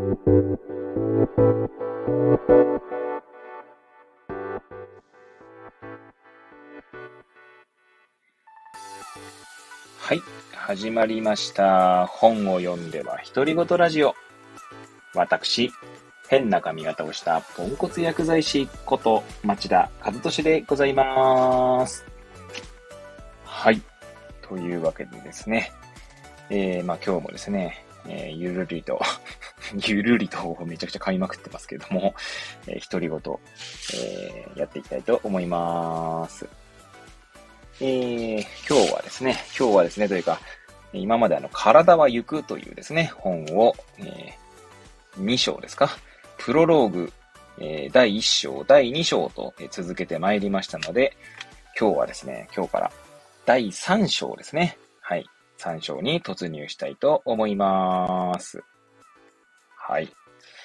はい、始まりました。本を読んでは独り言ラジオ。私、変な髪型をしたポンコツ薬剤師こと町田和俊でございます。はい、というわけでですね、今日もですね、ゆるりとめちゃくちゃ噛みまくってますけれども、独り言、やっていきたいと思います。今日はですね、というか、今まで体は行くというですね、本を、2章ですか、プロローグ、第1章、第2章と、続けてまいりましたので、今日から第3章ですね。はい。3章に突入したいと思います。はい。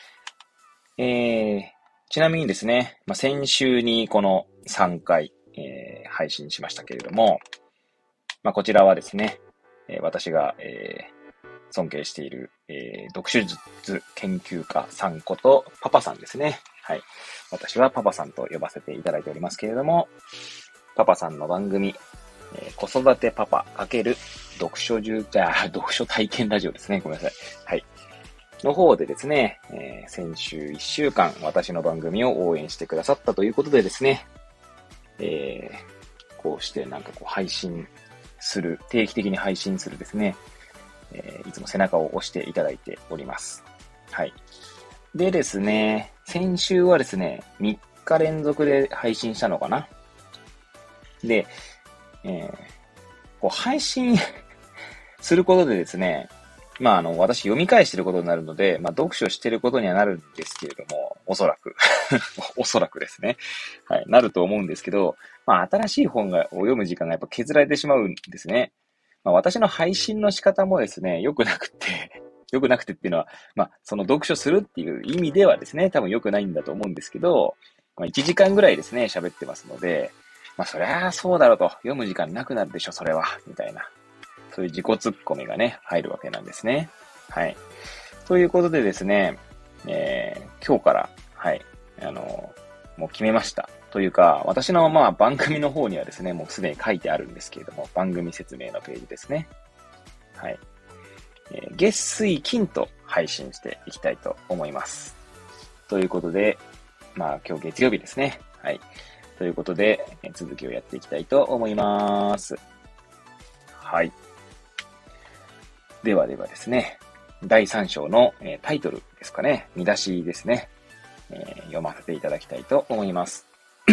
ちなみにですね、先週にこの3回、配信しましたけれども、こちらはですね、私が、尊敬している、読書術研究家さんことパパさんですね。はい。私はパパさんと呼ばせていただいておりますけれども、パパさんの番組、子育てパパ×読書体験ラジオですね。ごめんなさい。はい。の方でですね、先週1週間私の番組を応援してくださったということでですね、こうして配信する、定期的に配信するですね、いつも背中を押していただいております。はい。でですね、先週はですね、3日連続で配信したのかな。で、配信することでですね、私読み返してることになるので、読書してることにはなるんですけれども、おそらく。おそらくですね。はい、なると思うんですけど、新しい本を読む時間がやっぱ削られてしまうんですね。私の配信の仕方もですね、良くなくてっていうのは、その読書するっていう意味ではですね、多分良くないんだと思うんですけど、1時間ぐらいですね、喋ってますので、そりゃそうだろうと、読む時間なくなるでしょ、それは、みたいな。そういう自己突っ込みがね、入るわけなんですね。はい。ということでですね、今日から、はい、もう決めました。というか、私の番組の方にはですね、もうすでに書いてあるんですけれども、番組説明のページですね。はい。月水金と配信していきたいと思います。ということで、今日月曜日ですね。はい。ということで、続きをやっていきたいと思います。はい。ではですね、第3章の、タイトルですかね、見出しですね、読ませていただきたいと思います。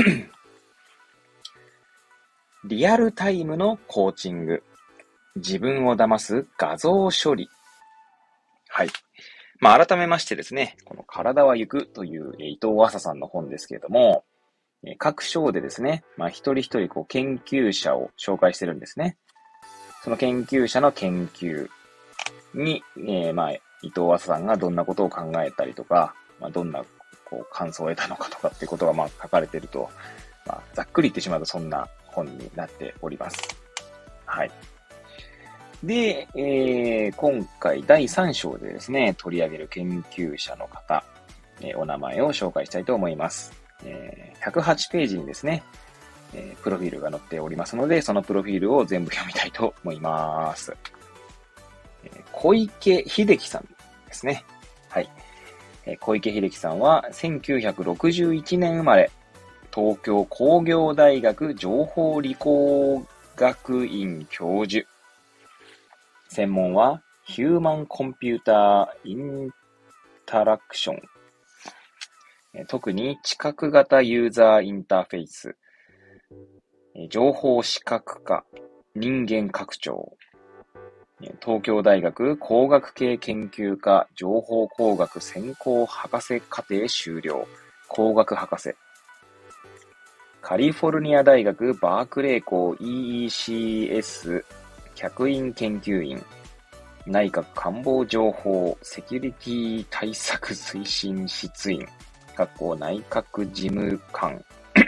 リアルタイムのコーチング。自分を騙す画像処理。はい。改めましてですね、この体は行くという伊藤麻さんの本ですけれども、各章でですね、一人一人研究者を紹介してるんですね。その研究者の研究に、伊藤麻さんがどんなことを考えたりとか、どんな感想を得たのかとかっていうことが書かれていると、ざっくり言ってしまうとそんな本になっております。はい。で、今回第3章でですね、取り上げる研究者の方、お名前を紹介したいと思います。108ページにですね、プロフィールが載っておりますので、そのプロフィールを全部読みたいと思います。小池秀樹さんですね。はい。小池秀樹さんは1961年生まれ、東京工業大学情報理工学院教授。専門はヒューマンコンピューターインタラクション。特に知覚型ユーザーインターフェイス、情報視覚化、人間拡張。東京大学工学系研究科情報工学専攻博士課程修了。工学博士。カリフォルニア大学バークレー校 EECS 客員研究員。内閣官房情報セキュリティ対策推進室員。内閣事務官。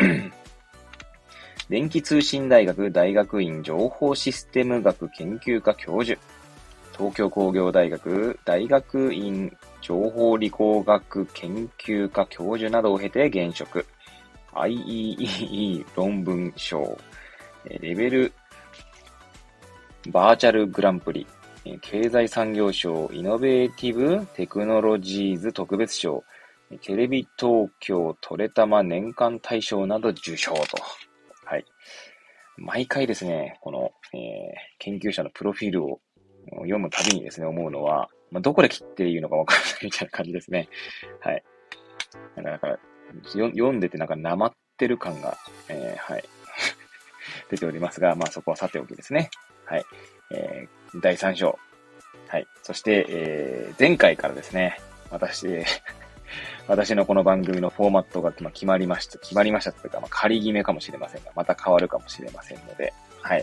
電気通信大学大学院情報システム学研究科教授。東京工業大学大学院情報理工学研究科教授などを経て現職。IEEE 論文賞。レベルバーチャルグランプリ。経済産業省イノベーティブテクノロジーズ特別賞。テレビ東京トレタマ年間大賞など受賞と。はい。毎回ですね、この、研究者のプロフィールを読むたびにですね、思うのは、どこで切っていいのかわからないみたいな感じですね。はい。なんか読んでてなまってる感が、はい。出ておりますが、そこはさておきですね。はい。第3章。はい。そして、前回からですね、私のこの番組のフォーマットが決まりましたというか、仮決めかもしれませんが、また変わるかもしれませんので、はい。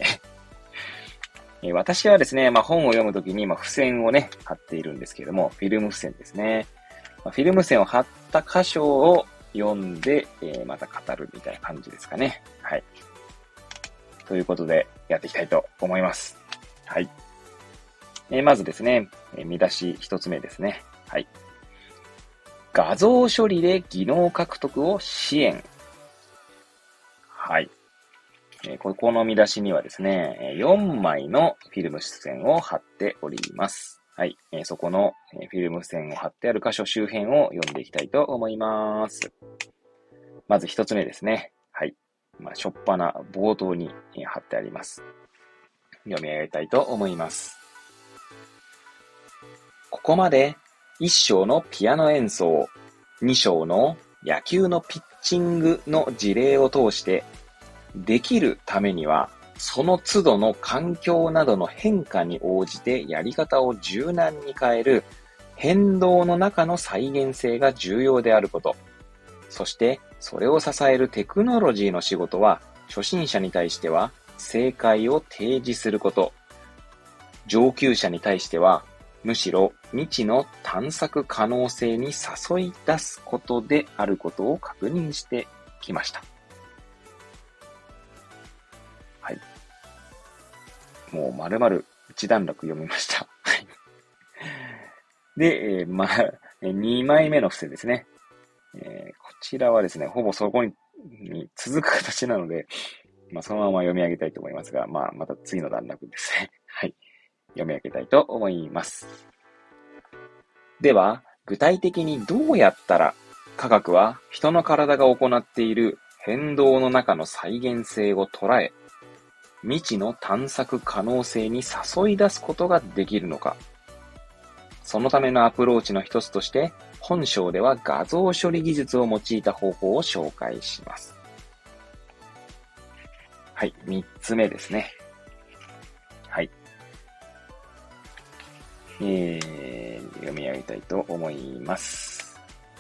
私はですね、本を読むときに、付箋をね、貼っているんですけれども、フィルム付箋ですね。フィルム線を貼った箇所を読んで、また語るみたいな感じですかね。はい。ということで、やっていきたいと思います。はい。まずですね、見出し一つ目ですね。はい。画像処理で技能獲得を支援。はい。ここの見出しにはですね、4枚のフィルム線を貼っております。はい。そこのフィルム線を貼ってある箇所周辺を読んでいきたいと思います。まず一つ目ですね。はい。初っ端冒頭に貼ってあります。読み上げたいと思います。ここまで1章のピアノ演奏、2章の野球のピッチングの事例を通して、できるためには、その都度の環境などの変化に応じてやり方を柔軟に変える変動の中の再現性が重要であること。そしてそれを支えるテクノロジーの仕事は初心者に対しては正解を提示すること。上級者に対してはむしろ未知の探索可能性に誘い出すことであることを確認してきました。はい。もう丸々一段落読みました。で、2枚目の付箋ですね。こちらはですね、ほぼそこに続く形なので、そのまま読み上げたいと思いますが、また次の段落ですね。はい。読み上げたいと思います。では、具体的にどうやったら科学は人の体が行っている変動の中の再現性を捉え、未知の探索可能性に誘い出すことができるのか。そのためのアプローチの一つとして、本章では画像処理技術を用いた方法を紹介します。はい、3つ目ですね。はい。読み上げたいと思います。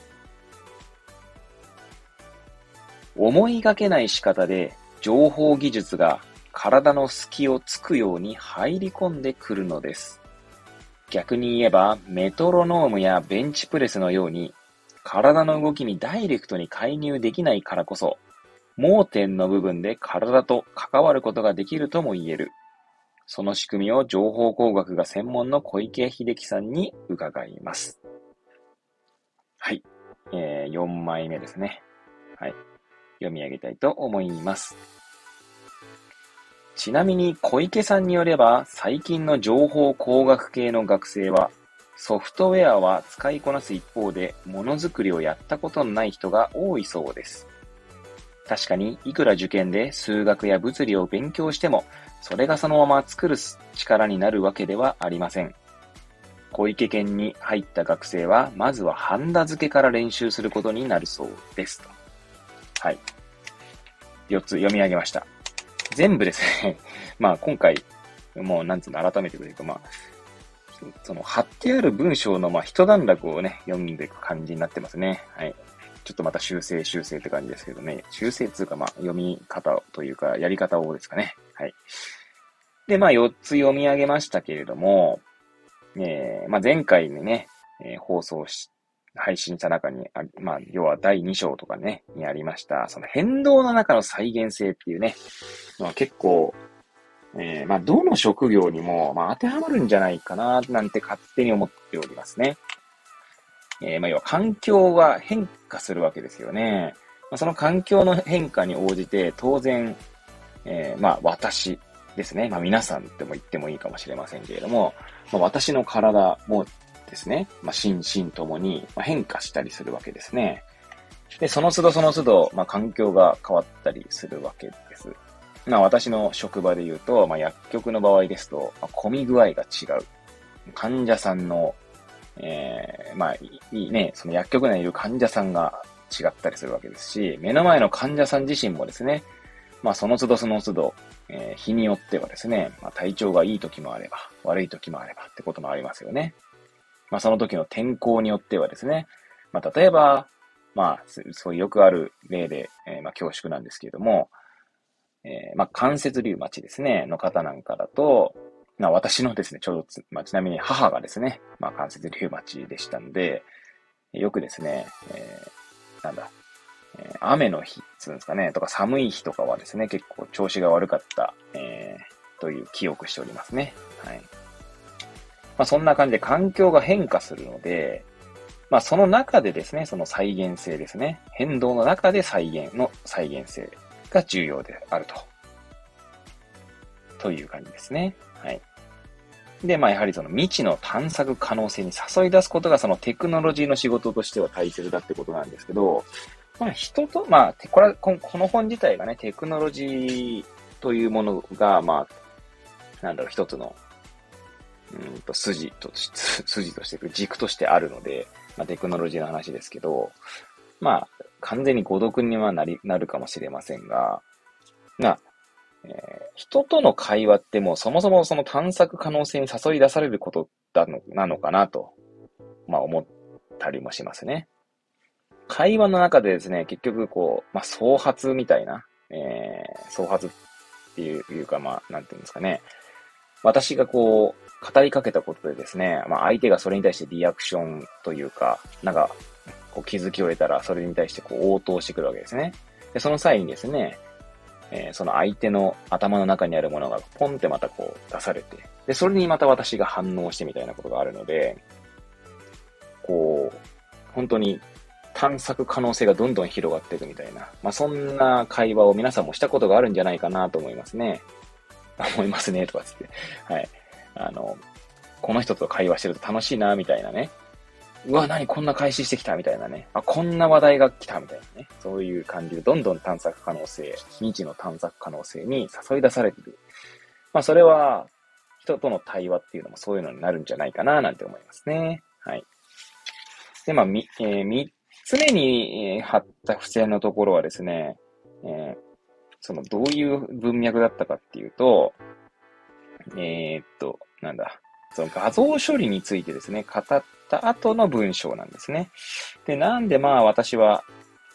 思いがけない仕方で情報技術が体の隙をつくように入り込んでくるのです。逆に言えば、メトロノームやベンチプレスのように、体の動きにダイレクトに介入できないからこそ、盲点の部分で体と関わることができるとも言える。その仕組みを情報工学が専門の小池秀樹さんに伺います。はい。4枚目ですね。はい。読み上げたいと思います。ちなみに小池さんによれば、最近の情報工学系の学生は、ソフトウェアは使いこなす一方で、ものづくりをやったことのない人が多いそうです。確かに、いくら受験で数学や物理を勉強しても、それがそのまま作る力になるわけではありません。小池県に入った学生は、まずはハンダ付けから練習することになるそうですと。はい。4つ読み上げました。全部ですね、今回、もう改めてというか、その貼ってある文章の一段落をね、読んでいく感じになってますね。はい。ちょっとまた修正って感じですけどね。修正っていうか読み方というか、やり方をですかね。はい。で、4つ読み上げましたけれども、前回にね、配信した中に、要は第2章とかね、にありました、その変動の中の再現性っていうね、結構、どの職業にも、当てはまるんじゃないかな、なんて勝手に思っておりますね。 要は環境が変化するわけですよね。その環境の変化に応じて、当然、私ですね。皆さんっても言ってもいいかもしれませんけれども、私の体もですね、心身ともに変化したりするわけですね。で、その都度その都度、環境が変わったりするわけです。私の職場で言うと、薬局の場合ですと、混み具合が違う。患者さんの、いいね、その薬局内にいる患者さんが違ったりするわけですし、目の前の患者さん自身もですね、その都度その都度、日によってはですね、体調がいい時もあれば、悪い時もあればってこともありますよね。その時の天候によってはですね、例えば、そういうよくある例で、恐縮なんですけれども、関節リウマチですね、の方なんかだと、私のですね、ちょうどちなみに母がですね、関節リウマチでしたんで、よくですね、雨の日、つうんですかね、とか寒い日とかはですね、結構調子が悪かった、という記憶しておりますね。はい。そんな感じで環境が変化するので、その中でですね、その再現性ですね。変動の中で再現性が重要であるという感じですね。はい。で、やはりその未知の探索可能性に誘い出すことがそのテクノロジーの仕事としては大切だってことなんですけど、人と、これはこの本自体がね、テクノロジーというものが、一つの、筋として、軸としてあるので、テクノロジーの話ですけど、完全に誤読にはなるかもしれませんが、人との会話ってもうそもそもその探索可能性に誘い出されることなのかなと、思ったりもしますね。会話の中でですね、結局創発みたいな、創発っていうか、なんていうんですかね。私が語りかけたことでですね、相手がそれに対してリアクションというか、気づきを得たら、それに対して応答してくるわけですね。で、その際にですね、その相手の頭の中にあるものがポンってまた出されて、で、それにまた私が反応してみたいなことがあるので、本当に探索可能性がどんどん広がっていくみたいな、そんな会話を皆さんもしたことがあるんじゃないかなと思いますね。思いますね、とかつって。はい。この人と会話してると楽しいな、みたいなね。うわ、何こんな開始してきたみたいなね。こんな話題が来たみたいなね。そういう感じでどんどん探索可能性、未知の探索可能性に誘い出されている。それは、人との対話っていうのもそういうのになるんじゃないかな、なんて思いますね。はい。で、三つ目に貼った付箋のところはですね、そのどういう文脈だったかっていうと、その画像処理についてですね、語った後の文章なんですね。で、なんで私は、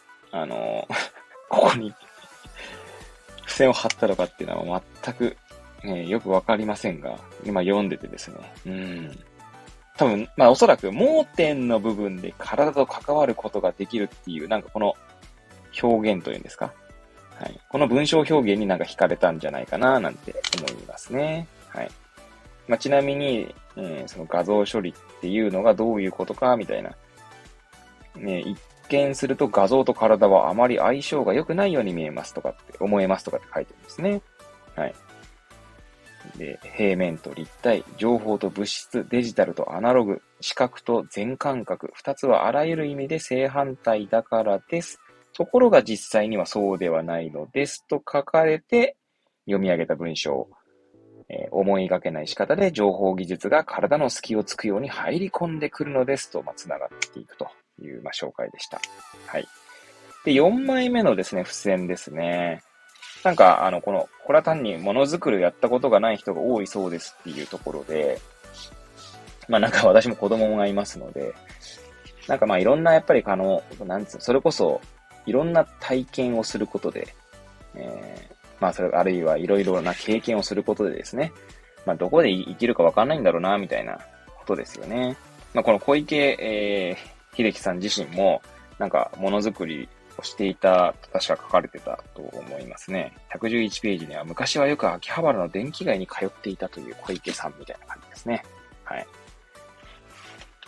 ここに付箋を貼ったのかっていうのは全く、よくわかりませんが、今読んでてですね、多分、おそらく盲点の部分で体と関わることができるっていう、この表現というんですか。はい。この文章表現に惹かれたんじゃないかな、なんて思いますね。はい。ちなみに、その画像処理っていうのがどういうことか、みたいな。一見すると画像と体はあまり相性が良くないように思えますとかって書いてるんですね。はい。で、平面と立体、情報と物質、デジタルとアナログ、視覚と全感覚、二つはあらゆる意味で正反対だからです。ところが実際にはそうではないのですと書かれて読み上げた文章、思いがけない仕方で情報技術が体の隙をつくように入り込んでくるのですと、繋がっていくという、紹介でした。はい。で、4枚目のですね、付箋ですね。これは単にものづくりをやったことがない人が多いそうですっていうところで、私も子供がいますので、いろんなやっぱりそれこそいろんな体験をすることで、それあるいはいろいろな経験をすることでですね、どこで生きるかわかんないんだろうな、みたいなことですよね。この小池、秀樹さん自身も、ものづくりをしていたと確か書かれてたと思いますね。111ページには、昔はよく秋葉原の電気街に通っていたという小池さんみたいな感じですね。はい。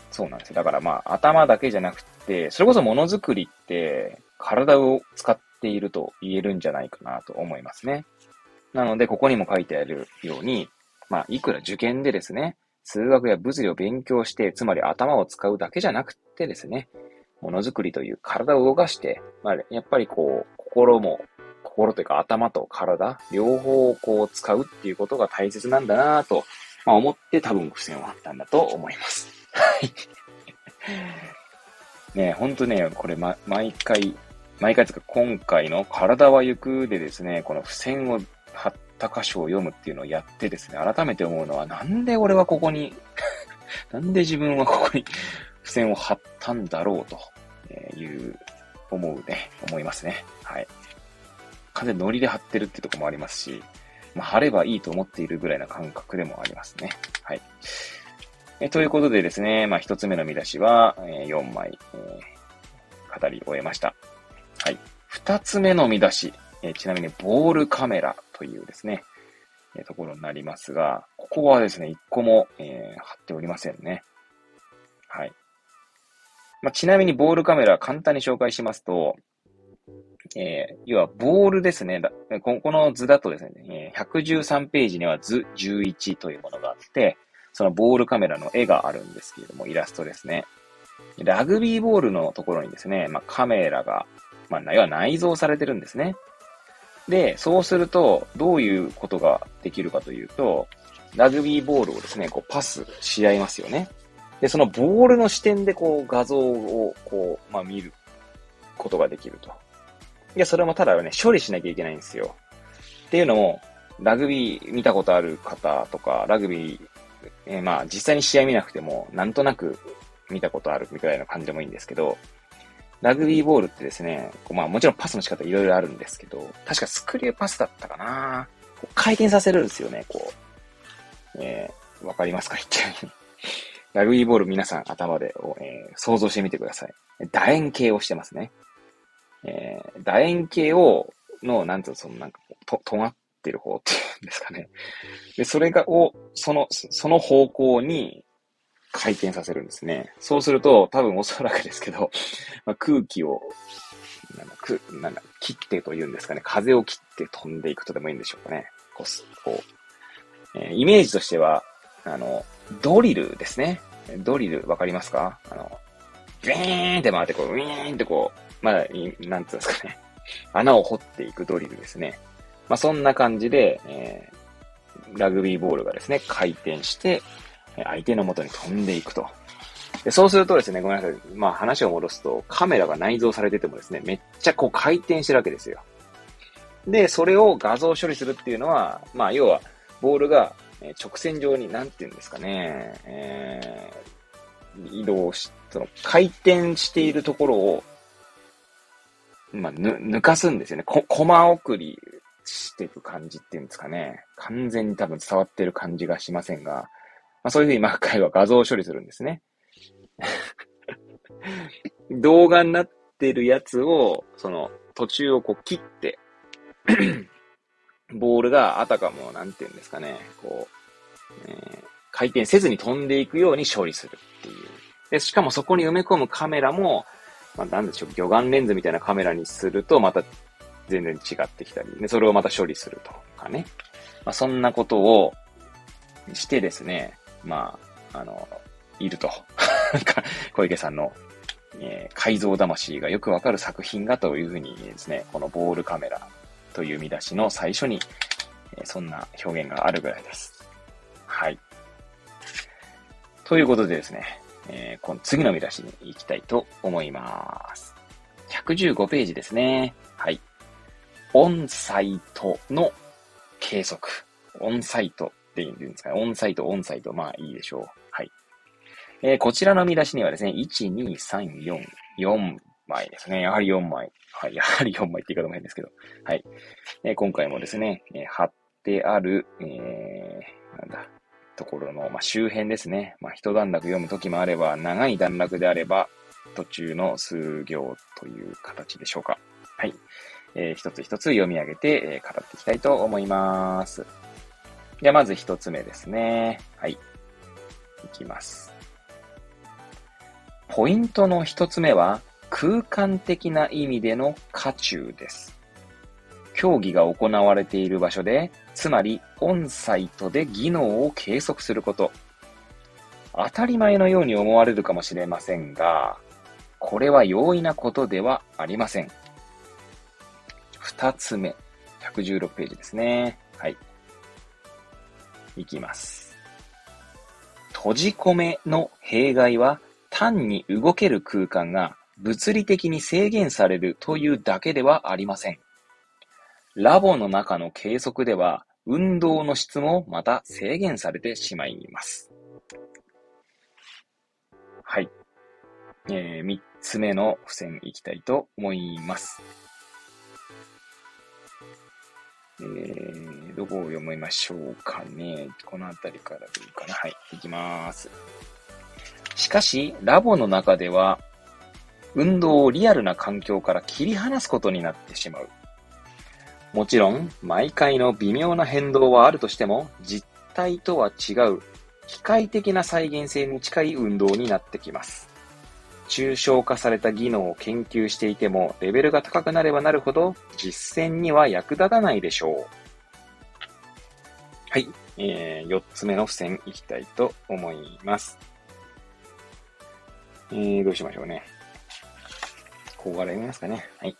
そうなんですよ。だからまあ、頭だけじゃなくて、それこそものづくりって、体を使っていると言えるんじゃないかなと思いますね。なので、ここにも書いてあるように、まあ、いくら受験でですね、数学や物理を勉強して、つまり頭を使うだけじゃなくてですね、ものづくりという体を動かして、まあ、やっぱりこう、心というか頭と体、両方をこう使うっていうことが大切なんだなぁと、まあ、思って多分付箋を貼ったんだと思います。はい。ね、ほんとね、これ、毎回つか今回の体は行くでですね、この付箋を貼った箇所を読むっていうのをやってですね、改めて思うのは、なんで俺はここになんで自分はここに付箋を貼ったんだろうと思いますね。はい。完全にノリで貼ってるってとこもありますし、まあ、貼ればいいと思っているぐらいな感覚でもありますね。はい。ということでですね、まあ、一つ目の見出しは、4枚、語り終えました。はい。二つ目の見出し、ちなみにボールカメラというですね、ところになりますが、ここはですね、一個も、貼っておりませんね。はい。まあ、ちなみにボールカメラ簡単に紹介しますと、要はボールですね。この図だとですね、113ページには図11というものがあって、そのボールカメラの絵があるんですけれども、イラストですね。ラグビーボールのところにですね、まあ、カメラが、まあ、要は内蔵されてるんですね。で、そうすると、どういうことができるかというと、ラグビーボールをですね、こうパスし合いますよね。で、そのボールの視点でこう画像をこう、まあ、見ることができると。いや、それもただね、処理しなきゃいけないんですよ。っていうのも、ラグビー見たことある方とか、ラグビー、まあ実際に試合見なくても、なんとなく見たことあるみたいな感じでもいいんですけど、ラグビーボールってですね、まあもちろんパスの仕方いろいろあるんですけど、確かスクリューパスだったかな、こう回転させるんですよね、こう。わかりますか言ってるように。ラグビーボール皆さん頭で、想像してみてください。楕円形をしてますね。楕円形なんつうの、そのなんか尖ってる方っていうんですかね。で、それその方向に回転させるんですね。そうすると、多分おそらくですけど、まあ、空気を、切ってというんですかね。風を切って飛んでいくとでもいいんでしょうかね。イメージとしては、ドリルですね。ドリル、わかりますか？ビーンって回って、ウィーンってまあ、なんていうんですかね。穴を掘っていくドリルですね。まあ、そんな感じで、ラグビーボールがですね、回転して、相手の元に飛んでいくと。で、そうするとですね、ごめんなさい。まあ話を戻すと、カメラが内蔵されててもですね、めっちゃ回転してるわけですよ。で、それを画像処理するっていうのは、まあ要は、ボールが直線上に、なんていうんですかね、移動し、回転しているところを、まあ、抜かすんですよね。コマ送りしていく感じっていうんですかね。完全に多分伝わってる感じがしませんが、まあそういうふうに今回は画像処理するんですね。動画になってるやつを、途中を切って、ボールがあたかも、なんていうんですかね、回転せずに飛んでいくように処理するっていう。で、しかもそこに埋め込むカメラも、まあ、なんでしょう、魚眼レンズみたいなカメラにすると、また全然違ってきたり、で、それをまた処理するとかね。まあ、そんなことをしてですね、まあ、いると。小池さんの、改造魂がよくわかる作品がというふうにですね、このボールカメラという見出しの最初に、そんな表現があるぐらいです。はい。ということでですね、この次の見出しに行きたいと思います。115ページですね。はい。オンサイトの計測。オンサイトって言うんですかね。オンサイト、まあいいでしょう。はい。こちらの見出しにはですね、1、2、3、4、4枚ですね。やはり4枚。はい。やはり4枚って言い方も変ですけど。はい。今回もですね、貼ってある、ところの、まあ、周辺ですね。まあ、一段落読むときもあれば、長い段落であれば、途中の数行という形でしょうか。はい。一つ一つ読み上げて、語っていきたいと思います。では、まず一つ目ですね。はい。いきます。 ポイントの一つ目は、空間的な意味での渦中です。競技が行われている場所で、つまりオンサイトで技能を計測すること。当たり前のように思われるかもしれませんが、これは容易なことではありません。二つ目、116ページですね。はい。いきます。閉じ込めの弊害は、単に動ける空間が物理的に制限されるというだけではありません。ラボの中の計測では、運動の質もまた制限されてしまいます。はい。3つ目の付箋いきたいと思います。どこを読みましょうかね。このあたりからでいいかな。はい。いきます。しかし、ラボの中では、運動をリアルな環境から切り離すことになってしまう。もちろん、毎回の微妙な変動はあるとしても、実態とは違う、機械的な再現性に近い運動になってきます。抽象化された技能を研究していても、レベルが高くなればなるほど、実践には役立たないでしょう。はい。4つ目の付箋いきたいと思います。どうしましょうね。ここから読みますかね。はい。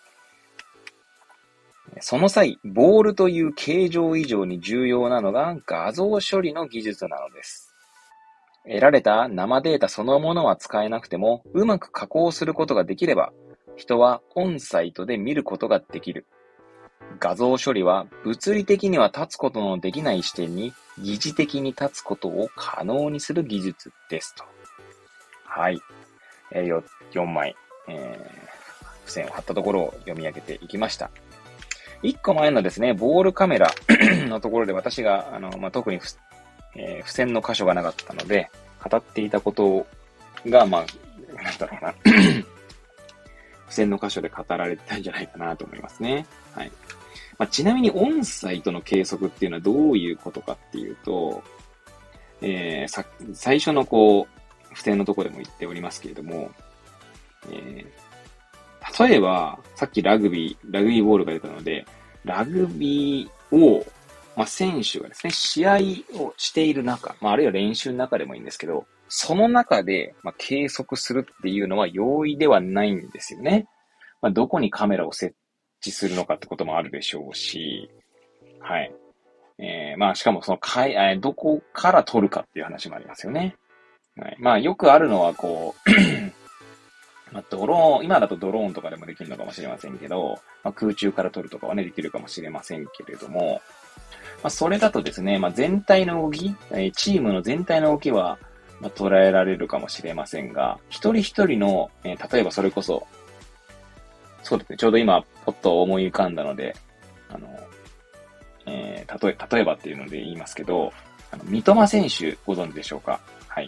その際、ボールという形状以上に重要なのが画像処理の技術なのです。得られた生データそのものは使えなくても、うまく加工することができれば、人はオンサイトで見ることができる。画像処理は物理的には立つことのできない視点に疑似的に立つことを可能にする技術ですと。はい。4枚、付箋を貼ったところを読み上げていきました。1個前のですね、ボールカメラのところで私が、特に付箋の箇所がなかったので、語っていたことが、なんだろうな、付箋の箇所で語られてたんじゃないかなと思いますね。はい。ちなみにオンサイトの計測っていうのはどういうことかっていうと、最初の付箋のところでも言っておりますけれども、例えば、さっきラグビーボールが出たので、ラグビーを、選手がですね、試合をしている中、あるいは練習の中でもいいんですけど、その中で、計測するっていうのは容易ではないんですよね。どこにカメラを設置するのかってこともあるでしょうし、はい。しかもそのどこから撮るかっていう話もありますよね。はい。よくあるのはドローン、今だとドローンとかでもできるのかもしれませんけど、空中から撮るとかはね、できるかもしれませんけれども、それだとですね、全体の動き、チームの全体の動きは、捉えられるかもしれませんが、一人一人の、例えばそれこそ、そうですね、ちょうど今、ポッと思い浮かんだので、例えばっていうので言いますけど、三笘選手ご存知でしょうか？はい。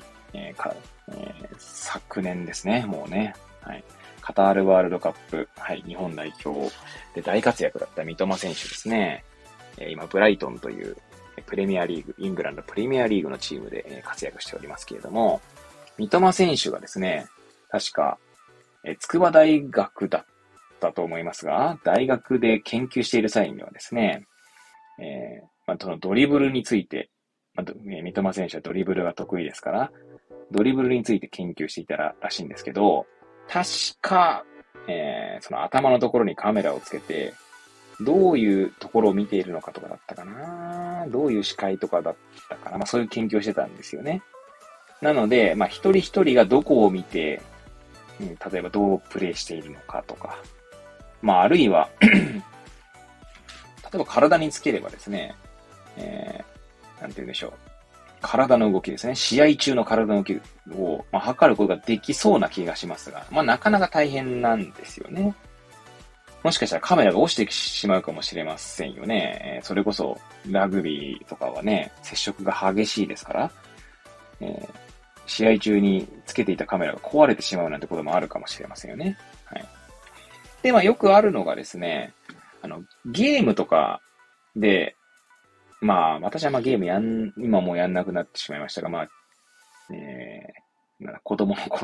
昨年ですね、もうね。はい。カタールワールドカップ、はい、日本代表で大活躍だった三笘選手ですね。今、ブライトンというプレミアリーグ、イングランドプレミアリーグのチームで活躍しておりますけれども、三笘選手がですね、確か、筑波大学だったと思いますが、大学で研究している際にはですね、そのドリブルについて、三笘選手はドリブルが得意ですから、ドリブルについて研究していたらしいんですけど、確か、その頭のところにカメラをつけて、どういうところを見ているのかとかだったかな、どういう視界とかだったかな、そういう研究をしてたんですよね。なので、一人一人がどこを見て、例えばどうプレイしているのかとか、あるいは例えば体につければですね、なんて言うんでしょう。体の動きですね。試合中の体の動きを、測ることができそうな気がしますが、なかなか大変なんですよね。もしかしたらカメラが落ちてしまうかもしれませんよね。それこそ、ラグビーとかはね、接触が激しいですから、試合中につけていたカメラが壊れてしまうなんてこともあるかもしれませんよね。はい。で、よくあるのがですね、ゲームとかで、私はゲーム今もうやんなくなってしまいましたが、子供の頃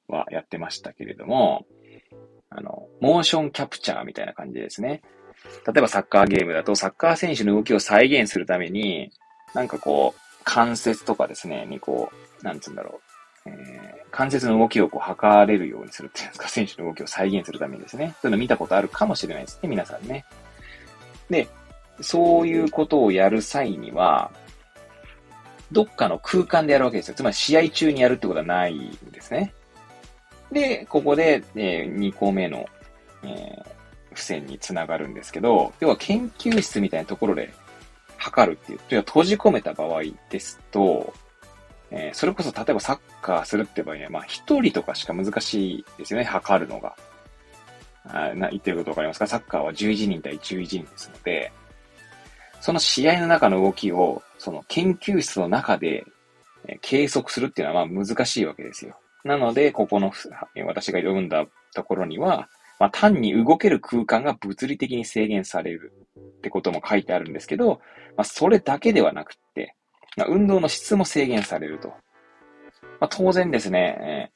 はやってましたけれども、モーションキャプチャーみたいな感じですね。例えばサッカーゲームだと、サッカー選手の動きを再現するために、なんかこう、関節とかですね、にこう、なんつうんだろう。関節の動きをこう測れるようにするっていうんですか、選手の動きを再現するためにですね。そういうの見たことあるかもしれないですね、皆さんね。で、そういうことをやる際には、どっかの空間でやるわけですよ。つまり試合中にやるってことはないんですね。で、ここで、2個目の、付箋につながるんですけど、要は研究室みたいなところで測るっていう、要は閉じ込めた場合ですと、それこそ例えばサッカーするって場合には、まあ一人とかしか難しいですよね、測るのが。言ってることわかりますか？サッカーは11人対11人ですので、その試合の中の動きを、その研究室の中で計測するっていうのはまあ難しいわけですよ。なので、ここの私が読んだところには、まあ単に動ける空間が物理的に制限されるってことも書いてあるんですけど、まあそれだけではなくって、まあ、運動の質も制限されると。まあ、当然ですね、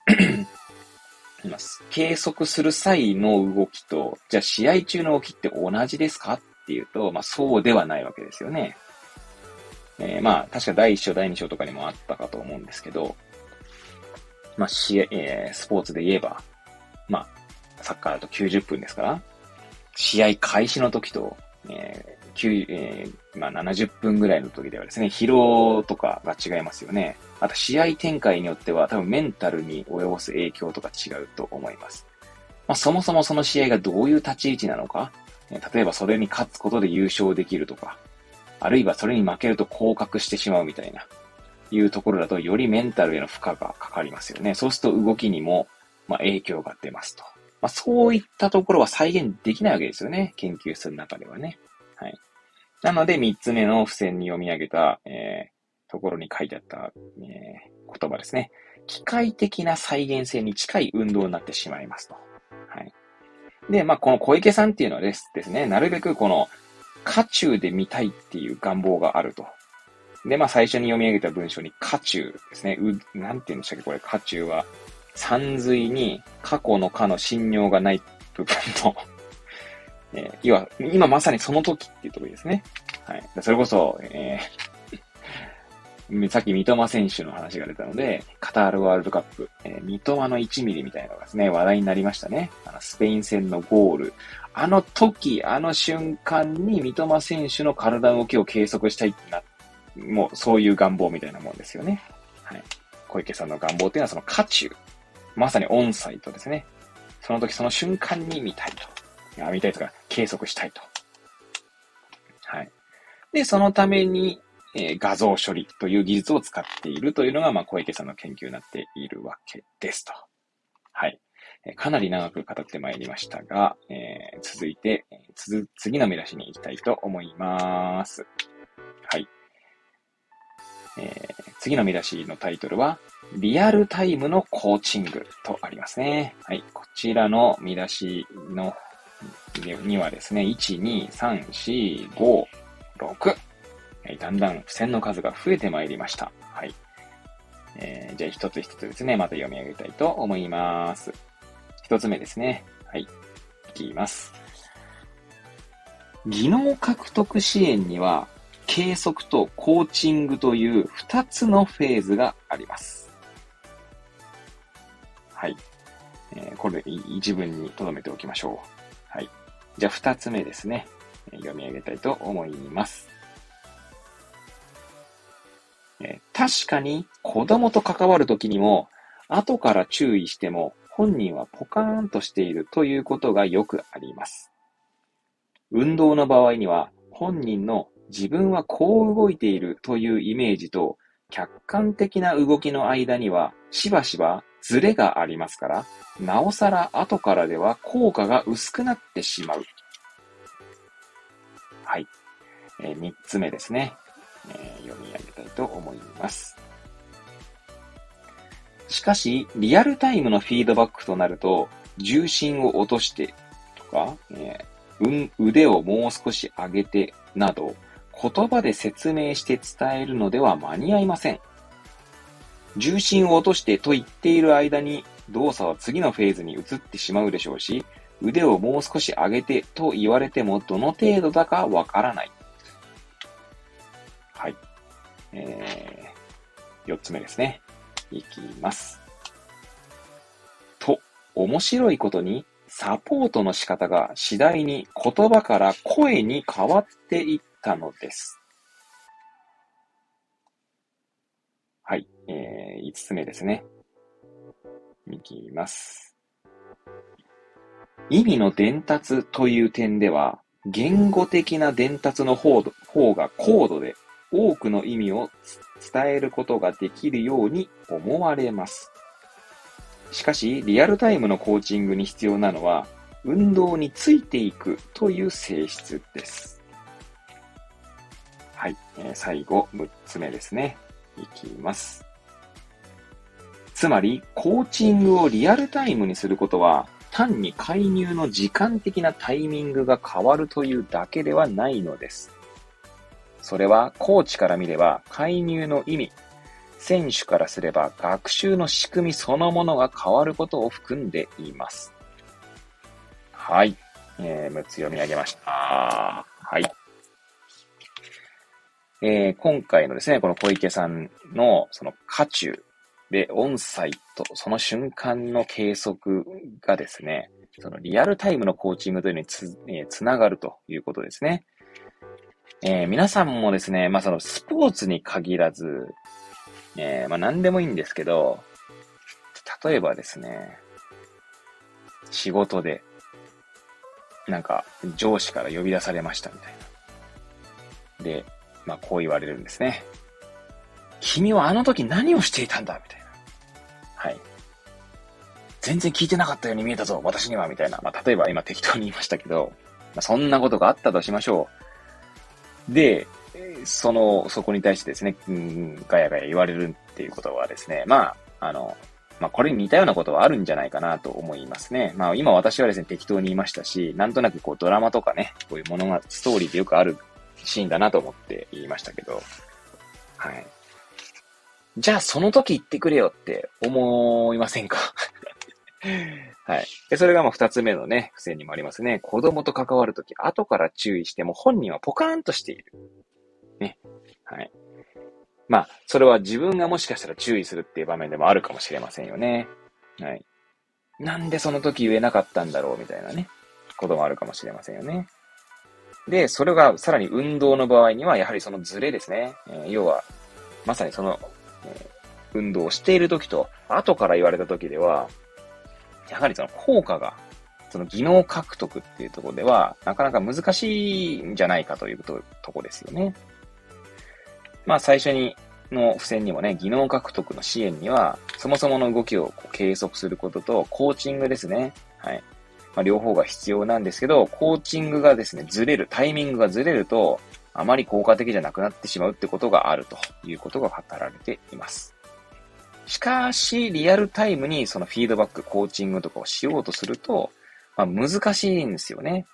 計測する際の動きと、じゃあ試合中の動きって同じですかっていうと、まあそうではないわけですよね。まあ確か第1章、第2章とかにもあったかと思うんですけど、まあスポーツで言えば、まあサッカーだと90分ですから、試合開始の時と、まあ70分ぐらいの時ではですね、疲労とかが違いますよね。あと試合展開によっては多分メンタルに及ぼす影響とか違うと思います。まあそもそもその試合がどういう立ち位置なのか、例えばそれに勝つことで優勝できるとか、あるいはそれに負けると降格してしまうみたいな、いうところだとよりメンタルへの負荷がかかりますよね。そうすると動きにも、まあ、影響が出ますと。まあ、そういったところは再現できないわけですよね。研究室の中ではね。はい。なので、3つ目の付箋に読み上げた、ところに書いてあった、言葉ですね。機械的な再現性に近い運動になってしまいますと。はい。で、まあ、この小池さんっていうのはですね、なるべくこの、渦中で見たいっていう願望があると。で、まあ、最初に読み上げた文章に、渦中ですね。なんて言うんでしたっけこれ、渦中は、山水に過去の過の信用がない部分の今まさにその時っていうところですね。はい。それこそ、さっき三笘選手の話が出たので、カタールワールドカップ、三笘の1ミリみたいなのがですね、話題になりましたね。スペイン戦のゴール。あの時、あの瞬間に三笘選手の体の動きを計測したいってもうそういう願望みたいなもんですよね。はい。小池さんの願望っていうのはその渦中。まさにオンサイトですね。その時その瞬間に見たいと。見たいとか、計測したいと。はい。で、そのために、画像処理という技術を使っているというのが、まあ、小池さんの研究になっているわけですと。はい。かなり長く語ってまいりましたが、続いて、次の見出しに行きたいと思います。はい。次の見出しのタイトルは、リアルタイムのコーチングとありますね。はい。こちらの見出しのにはですね、1、2、3、4、5、6。だんだん付箋の数が増えてまいりました。はい。じゃあ一つ一つですね、また読み上げたいと思います。一つ目ですね。はい。いきます。技能獲得支援には、計測とコーチングという2つのフェーズがあります。はい。これ一文に留めておきましょう。はい。じゃあ2つ目ですね。読み上げたいと思います。確かに子供と関わるときにも、後から注意しても本人はポカーンとしているということがよくあります。運動の場合には本人の自分はこう動いているというイメージと客観的な動きの間にはしばしばズレがありますから、なおさら後からでは効果が薄くなってしまう。はい。3つ目ですね。読み上げたいと思います。しかし、リアルタイムのフィードバックとなると、重心を落としてとか、腕をもう少し上げてなど、言葉で説明して伝えるのでは間に合いません。重心を落としてと言っている間に、 動作は次のフェーズに移ってしまうでしょうし、腕をもう少し上げてと言われてもどの程度だかわからない。はい。4つ目ですね。いきます。と、面白いことに、サポートの仕方が次第に言葉から声に変わっていったのです。はい。5つ目ですね。いきます。意味の伝達という点では、言語的な伝達の方が高度で多くの意味を伝えることができるように思われます。しかし、リアルタイムのコーチングに必要なのは、運動についていくという性質です。はい。最後、6つ目ですね。いきます。つまり、コーチングをリアルタイムにすることは、単に介入の時間的なタイミングが変わるというだけではないのです。それは、コーチから見れば、介入の意味、選手からすれば学習の仕組みそのものが変わることを含んでいます。はい。6つ読み上げました。はい。今回のですね、この小池さんのその渦中でオンサイト、その瞬間の計測がですね、そのリアルタイムのコーチングというのにつながるということですね。皆さんもですね、そのスポーツに限らず、何でもいいんですけど、例えばですね、仕事で、上司から呼び出されましたみたいな。で、こう言われるんですね。君はあの時何をしていたんだみたいな。はい。全然聞いてなかったように見えたぞ、私には、みたいな。例えば今適当に言いましたけど、そんなことがあったとしましょう。で、そこに対してですね、ガヤガヤ言われるっていうことはですね、これに似たようなことはあるんじゃないかなと思いますね。今私はですね、適当に言いましたし、なんとなくドラマとかね、こういうものが、ストーリーでよくあるシーンだなと思って言いましたけど、はい。じゃあその時言ってくれよって思いませんか？はい。で、それが二つ目のね、付箋にもありますね。子供と関わるとき、後から注意しても本人はポカーンとしている。ね。はい。それは自分がもしかしたら注意するっていう場面でもあるかもしれませんよね。はい。なんでその時言えなかったんだろうみたいなね、こともあるかもしれませんよね。で、それがさらに運動の場合には、やはりそのズレですね。要は、まさにその、運動をしている時と、後から言われた時では、やはりその効果が、その技能獲得っていうところでは、なかなか難しいんじゃないかというとこですよね。最初の付箋にもね、技能獲得の支援には、そもそもの動きを計測することと、コーチングですね。はい。両方が必要なんですけど、コーチングがですね、タイミングがずれると、あまり効果的じゃなくなってしまうってことがあるということが語られています。しかし、リアルタイムにそのフィードバック、コーチングとかをしようとすると、難しいんですよね。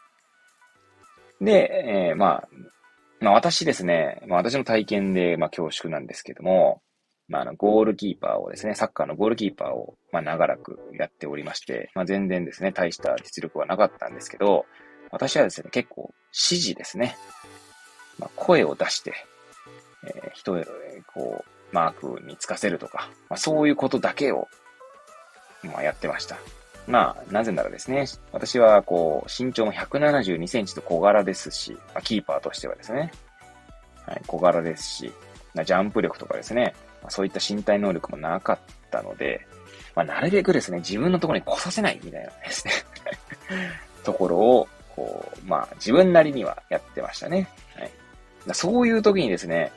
で、私ですね、私の体験で、恐縮なんですけども、ゴールキーパーをですね、サッカーのゴールキーパーを、長らくやっておりまして、全然ですね、大した実力はなかったんですけど、私はですね、結構指示ですね、声を出して、人へ、マークにつかせるとか、そういうことだけを、やってました。なぜならですね、私は身長も172センチと小柄ですし、キーパーとしてはですね、はい、小柄ですし、ジャンプ力とかですね、そういった身体能力もなかったので、なるべくですね、自分のところに来させないみたいなですね、ところを、自分なりにはやってましたね。はい、そういう時にですね、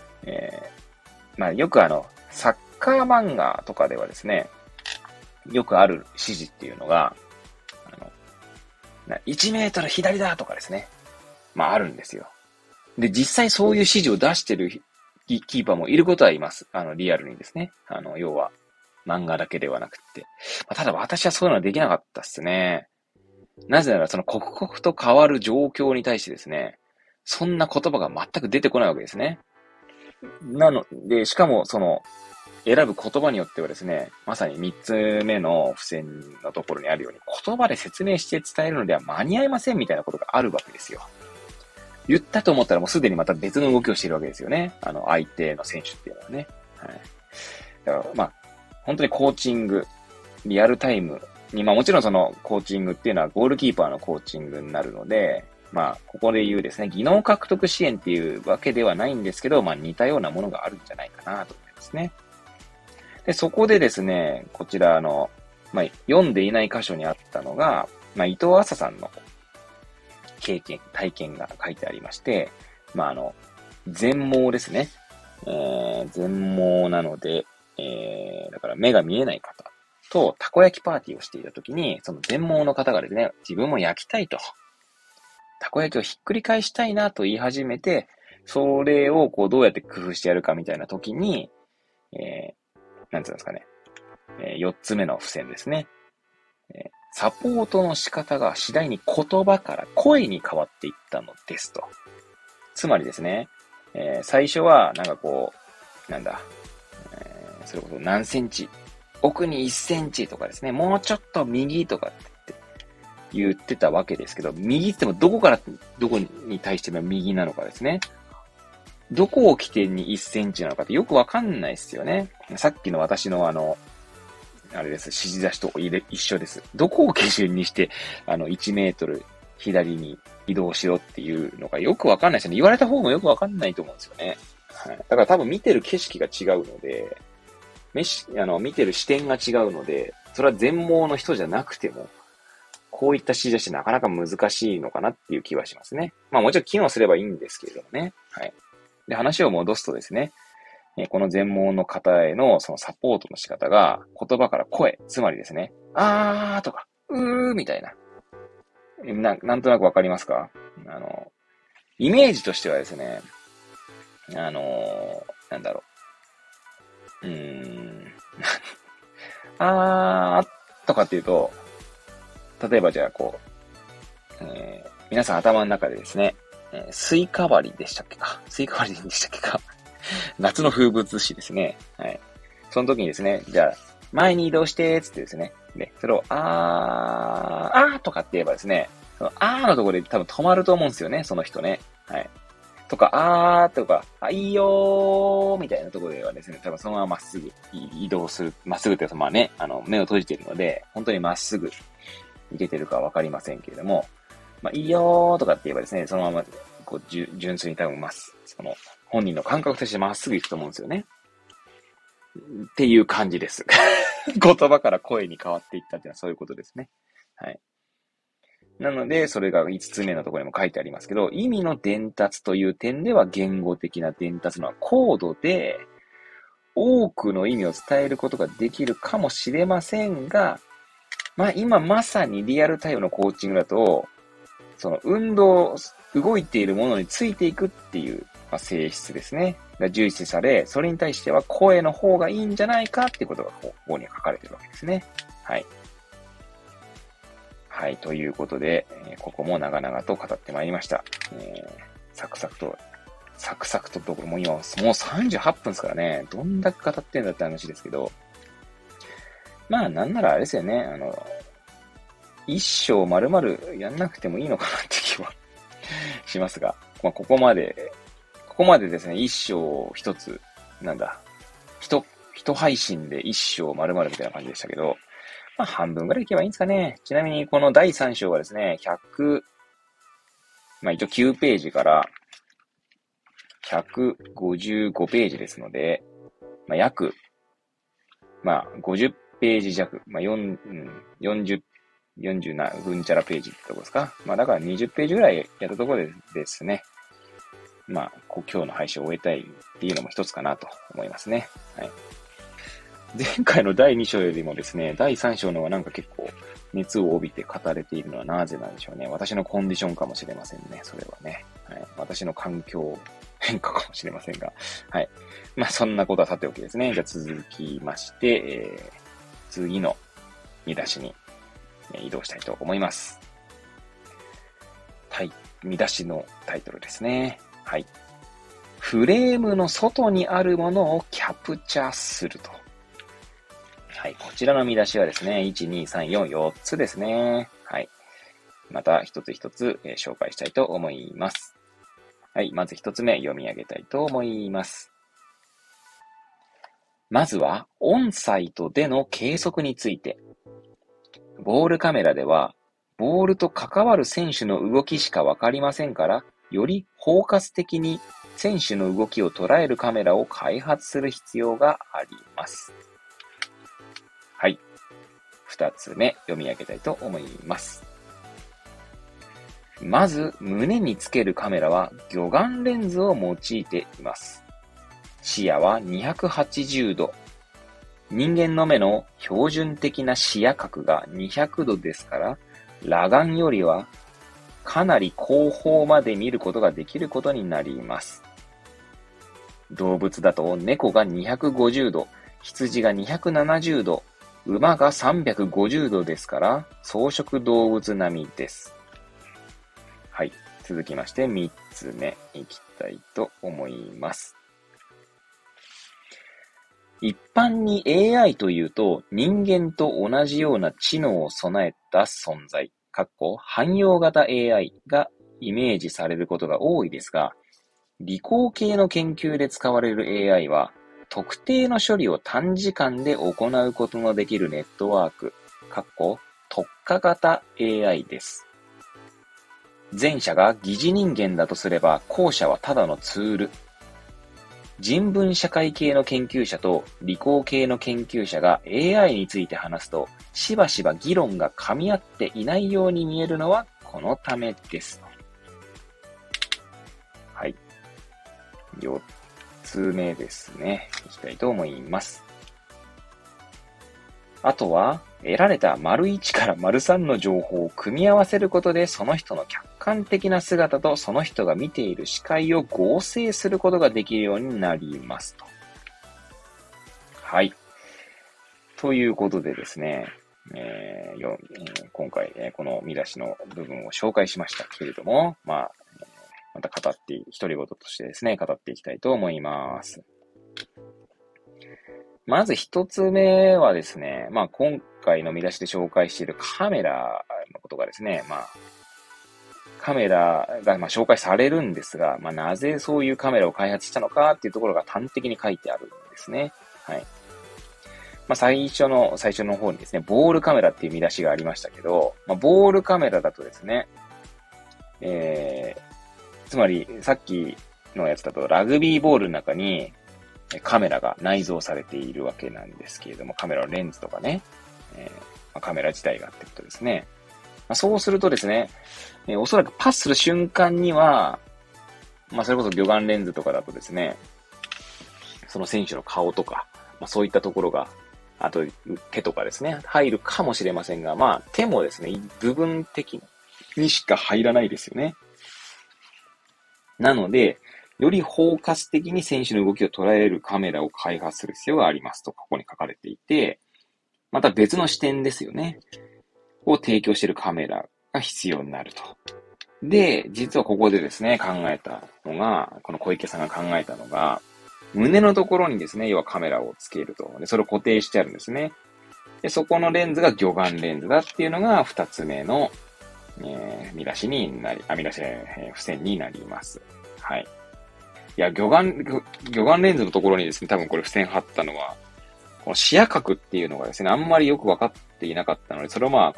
よくサッカー漫画とかではですね、よくある指示っていうのが、1メートル左だとかですね。あるんですよ。で、実際そういう指示を出してるキーパーもいることはいます。リアルにですね。要は、漫画だけではなくって。ただ私はそういうのはできなかったっすね。なぜならその刻々と変わる状況に対してですね、そんな言葉が全く出てこないわけですね。なので、しかも選ぶ言葉によってはですね、まさに3つ目の付箋のところにあるように、言葉で説明して伝えるのでは間に合いませんみたいなことがあるわけですよ。言ったと思ったらもうすでにまた別の動きをしているわけですよね。相手の選手っていうのはね。はい。だから、本当にコーチング、リアルタイムに、もちろんそのコーチングっていうのはゴールキーパーのコーチングになるので、ここで言うですね、技能獲得支援っていうわけではないんですけど、似たようなものがあるんじゃないかなと思いますね。で、そこでですね、こちら読んでいない箇所にあったのが、伊藤麻さんの体験が書いてありまして、全盲ですね。全盲なので、だから目が見えない方とたこ焼きパーティーをしていたときに、その全盲の方がですね、自分も焼きたいと。たこ焼きをひっくり返したいなと言い始めて、それをどうやって工夫してやるかみたいなときに、なんていうんですかね。4つ目の付箋ですね。サポートの仕方が次第に言葉から声に変わっていったのですと。つまりですね、最初はそれこそ何センチ、奥に1センチとかですね、もうちょっと右とかって言ってたわけですけど、右って言ってもどこからどこに対しても右なのかですね。どこを起点に1センチなのかってよくわかんないですよね。さっきの私のあれです。指示出しと一緒です。どこを基準にして、1メートル左に移動しろっていうのがよくわかんないですよね。言われた方もよくわかんないと思うんですよね。はい。だから多分見てる景色が違うので、見てる視点が違うので、それは全盲の人じゃなくても、こういった指示出しなかなか難しいのかなっていう気はしますね。もちろん機能すればいいんですけれどもね。はい。で、話を戻すとですね、この全盲の方へのそのサポートの仕方が言葉から声、つまりですね、あーとか、うーみたいな。なんとなくわかりますか？イメージとしてはですね、なんだろう。あーとかっていうと、例えばじゃあ皆さん頭の中でですね、スイカ割りでしたっけか？スイカ割りでしたっけか？夏の風物詩ですね。はい。その時にですね、じゃあ、前に移動して、つってですね。で、それを、あーとかって言えばですね、そのあーのところで多分止まると思うんですよね、その人ね。はい。とか、あーとか、いいよーみたいなところではですね、多分そのまままっすぐ移動する、まっすぐっていうか、目を閉じているので、本当にまっすぐ行けてるかわかりませんけれども、いいよーとかって言えばですね、そのまま、純粋に多分本人の感覚としてまっすぐ行くと思うんですよね。っていう感じです。言葉から声に変わっていったっていうのはそういうことですね。はい。なので、それが5つ目のところにも書いてありますけど、意味の伝達という点では言語的な伝達のは高度で、多くの意味を伝えることができるかもしれませんが、今まさにリアルタイムのコーチングだと、その動いているものについていくっていう、性質ですね。が重視され、それに対しては声の方がいいんじゃないかっていうことがここに書かれているわけですね。はい。はい。ということで、ここも長々と語ってまいりました。サクサクとどころもう今、もう38分ですからね。どんだけ語ってんだって話ですけど。なんならあれですよね。一生丸々やんなくてもいいのかなって気はしますが。ここまでですね、一生一つ、一配信で一生丸々みたいな感じでしたけど、半分ぐらいいけばいいんですかね。ちなみにこの第3章はですね、一応9ページから155ページですので、約、50ページ弱、40分チャラページってとこですか。だから20ページぐらいやったところでですね、今日の配信を終えたいっていうのも一つかなと思いますね。はい。前回の第2章よりもですね、第3章のは結構熱を帯びて語れているのはなぜなんでしょうね。私のコンディションかもしれませんね。それはね。はい。私の環境変化かもしれませんが。はい。そんなことはさておきですね。じゃあ続きまして、次の見出しに移動したいと思います。見出しのタイトルですね。はい。 フレームの外にあるものをキャプチャーすると。はい。こちらの見出しはですね、1、2、3、4、4つですね。はい。また一つ一つ、紹介したいと思います。はい。まず一つ目読み上げたいと思います。まずは、オンサイトでの計測について。ボールカメラでは、ボールと関わる選手の動きしかわかりませんから、より包括的に選手の動きを捉えるカメラを開発する必要があります。はい。二つ目、読み上げたいと思います。まず、胸につけるカメラは魚眼レンズを用いています。視野は280度。人間の目の標準的な視野角が200度ですから、裸眼よりはかなり後方まで見ることができることになります。動物だと猫が250度、羊が270度、馬が350度ですから、草食動物並みです。はい。続きまして3つ目いきたいと思います。一般に AI というと人間と同じような知能を備えた存在、汎用型 AI がイメージされることが多いですが、理工系の研究で使われる AI は、特定の処理を短時間で行うことのできるネットワーク、特化型 AI です。前者が疑似人間だとすれば、後者はただのツール。人文社会系の研究者と理工系の研究者が AI について話すと、しばしば議論が噛み合っていないように見えるのはこのためです。はい。4つ目ですね。いきたいと思います。あとは、得られた1から3の情報を組み合わせることで、その人の客観的な姿とその人が見ている視界を合成することができるようになりますと。はい。ということでですね、今回、この見出しの部分を紹介しましたけれども、また独り言としてですね、語っていきたいと思います。まず一つ目はですね、今回の見出しで紹介しているカメラのことがですね、カメラが紹介されるんですが、なぜそういうカメラを開発したのかっていうところが端的に書いてあるんですね。はい。最初の方にですね、ボールカメラっていう見出しがありましたけど、ボールカメラだとですね、つまりさっきのやつだとラグビーボールの中にカメラが内蔵されているわけなんですけれども、カメラのレンズとかね、カメラ自体がってことですね。そうするとですね、おそらくパスする瞬間には、それこそ魚眼レンズとかだとですね、その選手の顔とか、そういったところが、あと手とかですね、入るかもしれませんが、手もですね、部分的にしか入らないですよね。なので、より包括的に選手の動きを捉えるカメラを開発する必要がありますと、ここに書かれていて、また別の視点ですよね。を提供しているカメラが必要になると。で、実はここでですね、考えたのが、この小池さんが考えたのが、胸のところにですね、要はカメラをつけると。で、それを固定してあるんですね。で、そこのレンズが魚眼レンズだっていうのが二つ目の、付箋になります。はい。いや、魚眼レンズのところにですね、多分これ付箋貼ったのは、この視野角っていうのがですね、あんまりよくわかっていなかったので、それを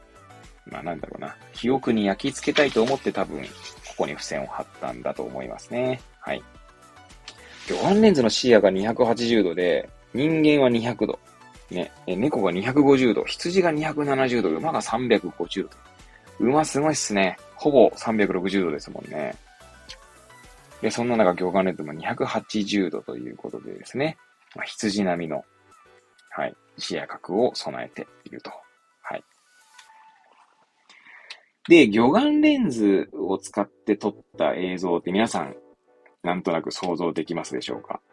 記憶に焼き付けたいと思って多分、ここに付箋を貼ったんだと思いますね。はい。魚眼レンズの視野が280度で、人間は200度。ね、猫が250度、羊が270度、馬が350度。馬すごいっすね。ほぼ360度ですもんね。で、そんな中、魚眼レンズも280度ということでですね、羊並みの、はい、視野角を備えていると。はい。で、魚眼レンズを使って撮った映像って皆さん、なんとなく想像できますでしょうか？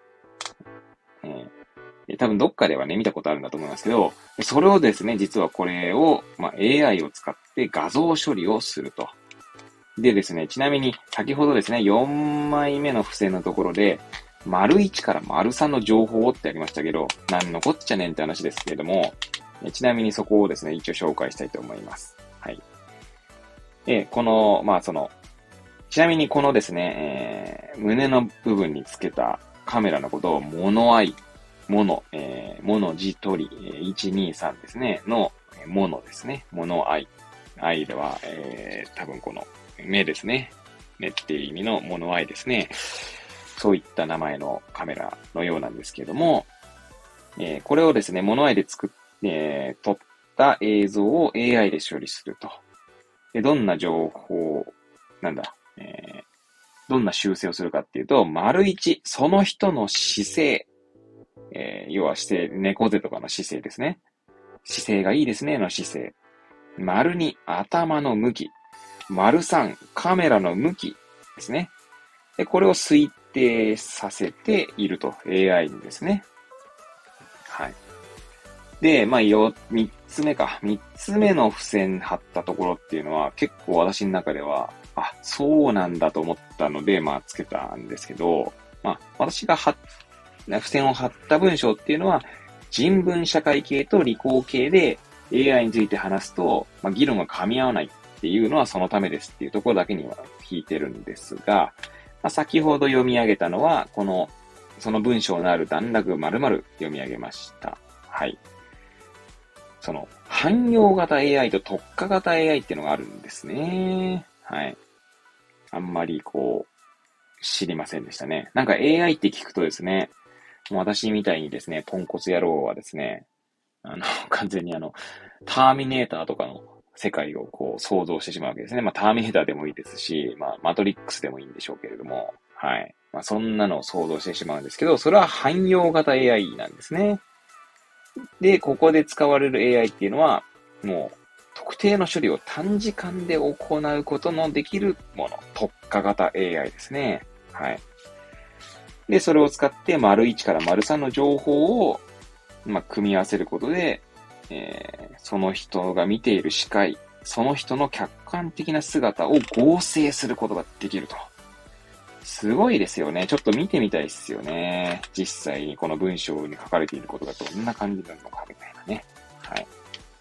多分どっかではね、見たことあるんだと思いますけど、それをですね、実はこれを、AI を使って画像処理をすると。 でですね、ちなみに先ほどですね、4枚目の付箋のところで、丸1から丸3の情報ってありましたけど、なんのこっちゃねんって話ですけれども、ちなみにそこをですね、一応紹介したいと思います。はい。この、ちなみにこのですね、胸の部分につけたカメラのことをモノアイ、モノ字取り、123ですね、のモノですね。モノアイ。アイでは、多分この目ですね。目っていう意味のモノアイですね。そういった名前のカメラのようなんですけれども、これをですね、モノアイで撮った映像を AI で処理すると。で、どんな情報、どんな修正をするかっていうと、丸一、その人の姿勢、要は姿勢、猫背とかの姿勢ですね。姿勢がいいですねの姿勢。丸二、頭の向き。丸三、カメラの向きですね。で、これを推定させていると。AI にですね。はい。で、三つ目か。三つ目の付箋貼ったところっていうのは、結構私の中では、あ、そうなんだと思ったので、つけたんですけど、私が付箋を貼った文章っていうのは、人文社会系と理工系で AI について話すと、議論が噛み合わないっていうのはそのためですっていうところだけには引いてるんですが、先ほど読み上げたのは、その文章のある段落丸々読み上げました。はい。その、汎用型 AI と特化型 AI っていうのがあるんですね。はい。あんまり知りませんでしたね。なんか AI って聞くとですね、もう私みたいにですね、ポンコツ野郎はですね、完全にターミネーターとかの世界を想像してしまうわけですね。ターミネーターでもいいですし、マトリックスでもいいんでしょうけれども、はい。そんなのを想像してしまうんですけど、それは汎用型 AI なんですね。で、ここで使われる AI っていうのは、もう、特定の処理を短時間で行うことのできるもの。特化型 AI ですね。はい。で、それを使って丸1から丸3の情報を、組み合わせることで、その人が見ている視界、その人の客観的な姿を合成することができると。すごいですよね。ちょっと見てみたいですよね。実際にこの文章に書かれていることがどんな感じなのかみたいなね。はい。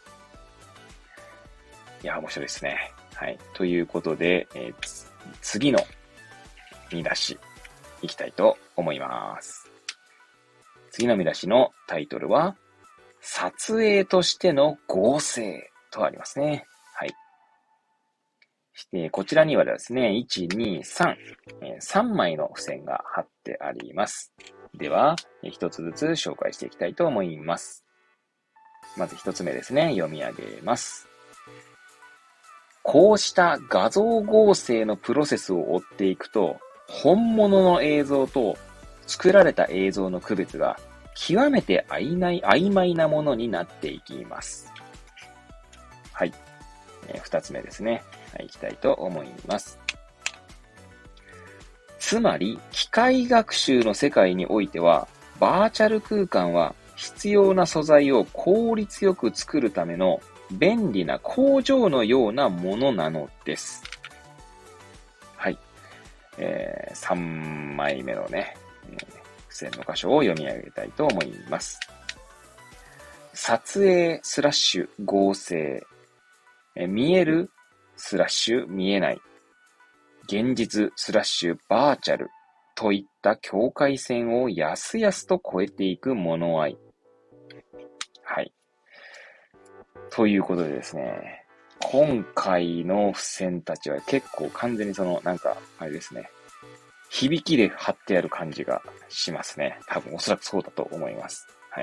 いや、面白いですね。はい。ということで、次の見出し、いきたいと思います。次の見出しのタイトルは、撮影としての合成とありますね。はい。こちらにはですね、1、2、3、3枚の付箋が貼ってあります。では、一つずつ紹介していきたいと思います。まず一つ目ですね、読み上げます。こうした画像合成のプロセスを追っていくと、本物の映像と作られた映像の区別が極めて曖昧なものになっていきます。はい。二つ目ですね。はい、いきたいと思います。つまり、機械学習の世界においては、バーチャル空間は必要な素材を効率よく作るための便利な工場のようなものなのです。はい。3枚目のね、付箋の箇所を読み上げたいと思います。撮影/合成、見える/見えない、現実/バーチャルといった境界線をやすやすと越えていくものあい。はい。ということでですね、今回の付箋たちは結構完全にあれですね、響きで貼ってある感じがしますね。多分おそらくそうだと思います。はい。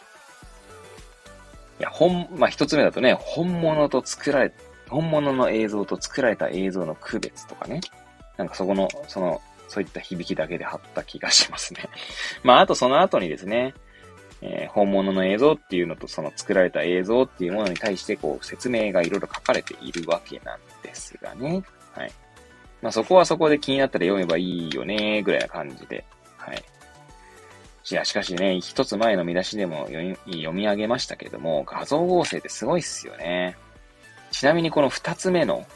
いや、一つ目だとね、本物の映像と作られた映像の区別とかね。そういった響きだけで貼った気がしますね。あとその後にですね、本物の映像っていうのとその作られた映像っていうものに対して説明がいろいろ書かれているわけなんですがね。はい。そこはそこで気になったら読めばいいよね、ぐらいな感じで。はい。いや、しかしね、一つ前の見出しでも読み上げましたけれども、画像合成ってすごいっすよね。ちなみにこの二つ目の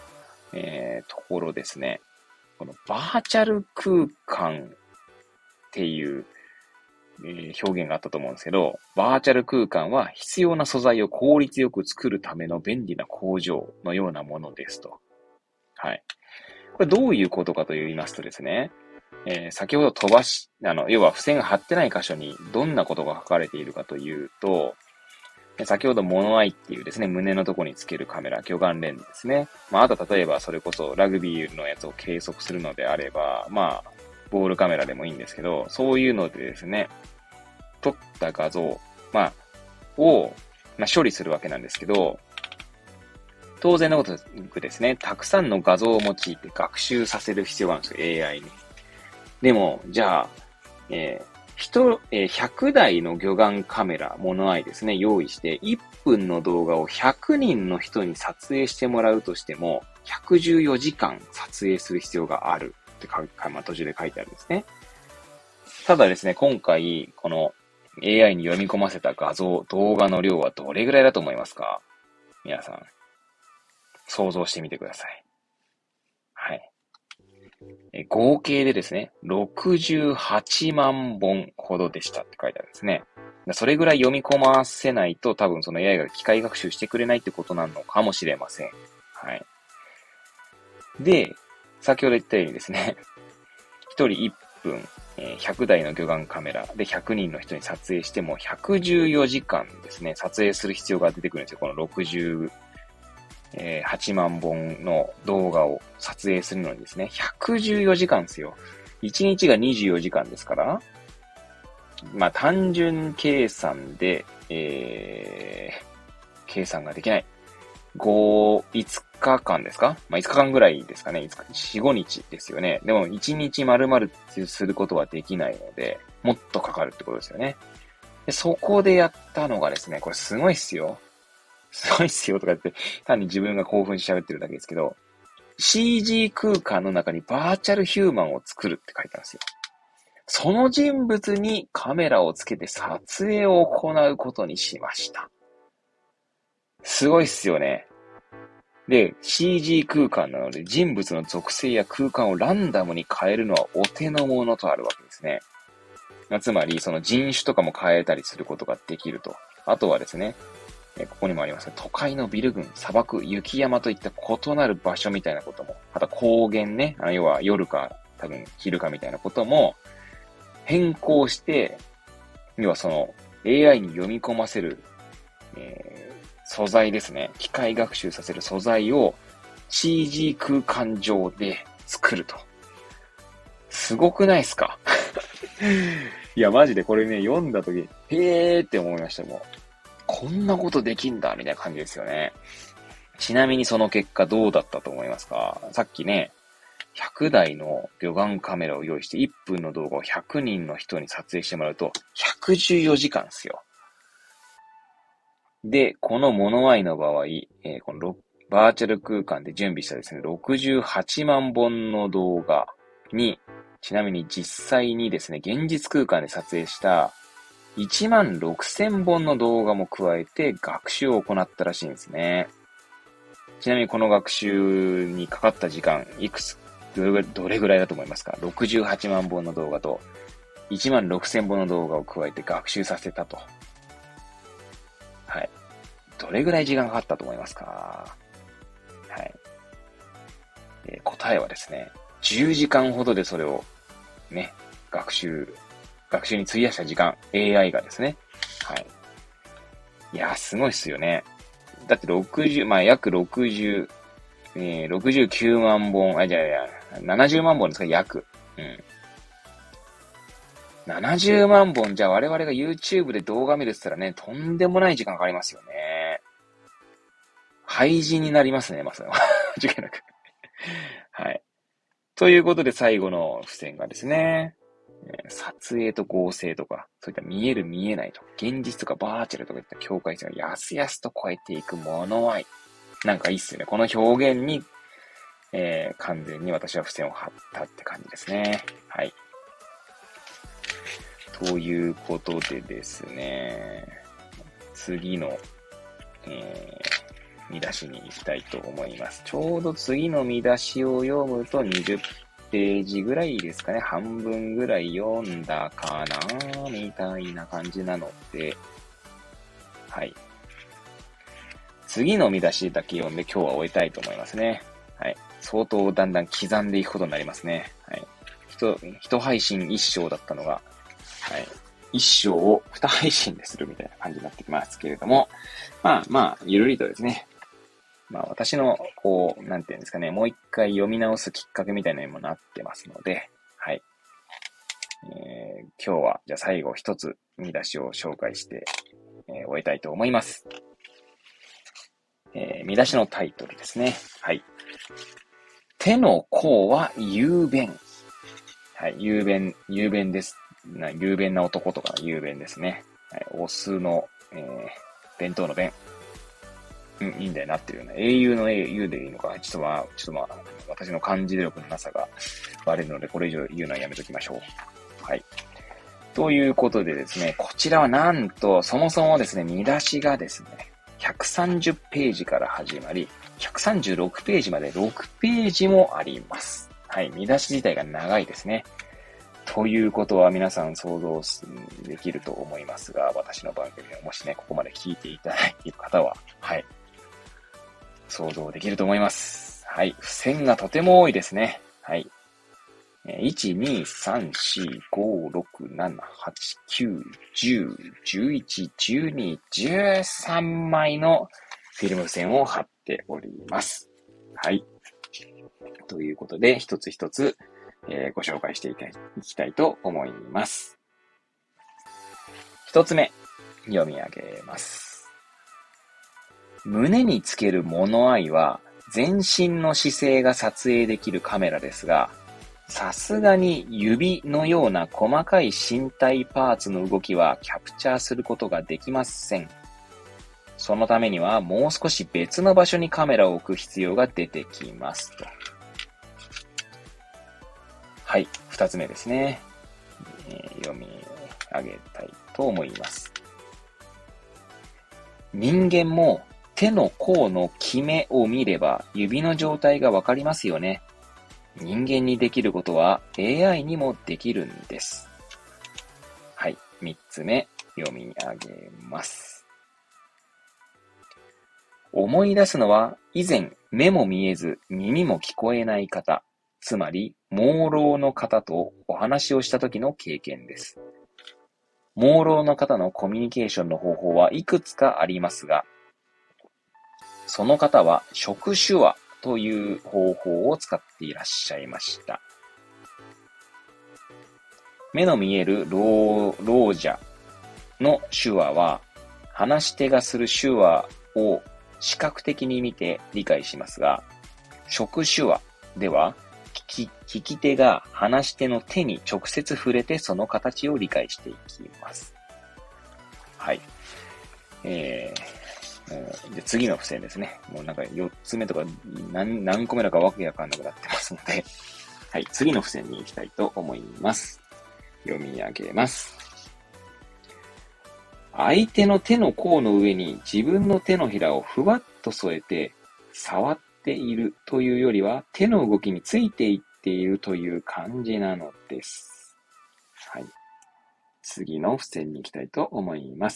ところですね、このバーチャル空間っていう、表現があったと思うんですけど、バーチャル空間は必要な素材を効率よく作るための便利な工場のようなものですと。はい。これどういうことかと言いますとですね、先ほど要は付箋が貼ってない箇所にどんなことが書かれているかというと、先ほどモノアイっていうですね、胸のところにつけるカメラ、魚眼レンズですね。あと例えばそれこそラグビーのやつを計測するのであれば、ボールカメラでもいいんですけど、そういうのでですね、撮った画像、を、処理するわけなんですけど、当然のことくですね、たくさんの画像を用いて学習させる必要があるんですよ、AI に。でも、じゃあ、100台の魚眼カメラ、モノアイですね、用意して、1分の動画を100人の人に撮影してもらうとしても、114時間撮影する必要があるって途中で書いてあるんですね。ただですね、今回、この AI に読み込ませた画像、動画の量はどれぐらいだと思いますか？皆さん、想像してみてください。はい。合計でですね、68万本ほどでしたって書いてあるんですね。それぐらい読み込ませないと多分その AI が機械学習してくれないってことなのかもしれません。はい。で、先ほど言ったようにですね、1人1分、100台の魚眼カメラで100人の人に撮影しても114時間ですね、撮影する必要が出てくるんですよ。この8万本の動画を撮影するのにですね、114時間ですよ。1日が24時間ですから、単純計算で、計算ができない。5日間ですか？5日間ぐらいですかね。4、5日ですよね。でも1日丸々することはできないので、もっとかかるってことですよね。でそこでやったのがですね、これすごいっすよ。すごいっすよとか言って、単に自分が興奮し喋ってるだけですけど、CG 空間の中にバーチャルヒューマンを作るって書いてあるんですよ。その人物にカメラをつけて撮影を行うことにしました。すごいっすよね。で、CG 空間なので人物の属性や空間をランダムに変えるのはお手の物とあるわけですね。つまり、その人種とかも変えたりすることができると。あとはですね、ここにもありますが、都会のビル群、砂漠、雪山といった異なる場所みたいなことも、あと高原ね、要は夜か多分昼かみたいなことも変更して、要はその AI に読み込ませる、素材ですね。機械学習させる素材を CG 空間上で作ると。すごくないですか？いや、マジでこれね、読んだとき、へーって思いました、もう。こんなことできんだ、みたいな感じですよね。ちなみにその結果どうだったと思いますか？さっきね、100台の魚眼カメラを用意して1分の動画を100人の人に撮影してもらうと、114時間ですよ。で、このモノアイの場合、このバーチャル空間で準備したですね、68万本の動画に、ちなみに実際にですね、現実空間で撮影した1万6000本の動画も加えて学習を行ったらしいんですね。ちなみにこの学習にかかった時間、どれぐらいだと思いますか？ 68 万本の動画と1万6000本の動画を加えて学習させたと。はい。どれぐらい時間かかったと思いますか？はい。答えはですね、10時間ほどでそれをね、学習に費やした時間、AI がですね。はい。いや、すごいっすよね。だって約60、69万本、70万本ですか、約。うん。70万本、じゃあ我々が YouTube で動画見るって言ったらね、とんでもない時間かかりますよね。廃人になりますね、まさに。間違いなく。はい。ということで最後の付箋がですね、撮影と合成とか、そういった見える見えないとか、現実とかバーチャルとかいった境界線をやすやすと超えていくものはいい。なんかいいっすよね。この表現に、完全に私は付箋を貼ったって感じですね。はい。ということでですね、次の、 見出しに行きたいと思います。ちょうど次の見出しを読むと20ページぐらいですかね。半分ぐらい読んだかなみたいな感じなので、はい。次の見出しだけ読んで今日は終えたいと思いますね。はい。相当だんだん刻んでいくことになりますね。はい。一配信一章だったのが、はい。一章を二配信でするみたいな感じになってきますけれども、まあ、ゆるりとですね、私の、なんていうんですかね、もう一回読み直すきっかけみたいなのにもなってますので、はい。今日は、じゃあ最後一つ見出しを紹介して、終えたいと思います。見出しのタイトルですね。はい。手の甲は雄弁。はい。雄弁です。雄弁な男とか雄弁ですね。はい。オスの、弁当の弁。いいんだよなってるよね。英雄の英雄でいいのか。ちょっと私の漢字力のなさがバレるので、これ以上言うのはやめときましょう。はい。ということでですね、こちらはなんと、そもそもですね、見出しがですね、130ページから始まり、136ページまで6ページもあります。はい。見出し自体が長いですね。ということは皆さん想像できると思いますが、私の番組をもしね、ここまで聞いていただいている方は、はい。想像できると思います。はい。付箋がとても多いですね。はい。1、2、3、4、5、6、7、8、9、10、11、12、13枚のフィルム線を貼っております。はい。ということで、一つ一つ、ご紹介していきたいと思います。一つ目、読み上げます。胸につける物合いは、全身の姿勢が撮影できるカメラですが、さすがに指のような細かい身体パーツの動きはキャプチャーすることができません。そのためにはもう少し別の場所にカメラを置く必要が出てきますと。はい、二つ目ですね。読み上げたいと思います。人間も手の甲の決めを見れば指の状態がわかりますよね。人間にできることは AI にもできるんです。はい。三つ目、読み上げます。思い出すのは、以前、目も見えず、耳も聞こえない方、つまり、盲ろうの方とお話をした時の経験です。盲ろうの方のコミュニケーションの方法はいくつかありますが、その方は触手話という方法を使っていらっしゃいました。目の見える老者の手話は、話し手がする手話を視覚的に見て理解しますが、触手話では、聞き手が話し手の手に直接触れてその形を理解していきます。はい。で次の付箋ですね。もうなんか4つ目とか何個目だかわけわかんなくなってますので、はい。次の付箋に行きたいと思います。読み上げます。相手の手の甲の上に自分の手のひらをふわっと添えて触っているというよりは手の動きについていっているという感じなのです。はい。次の付箋に行きたいと思います。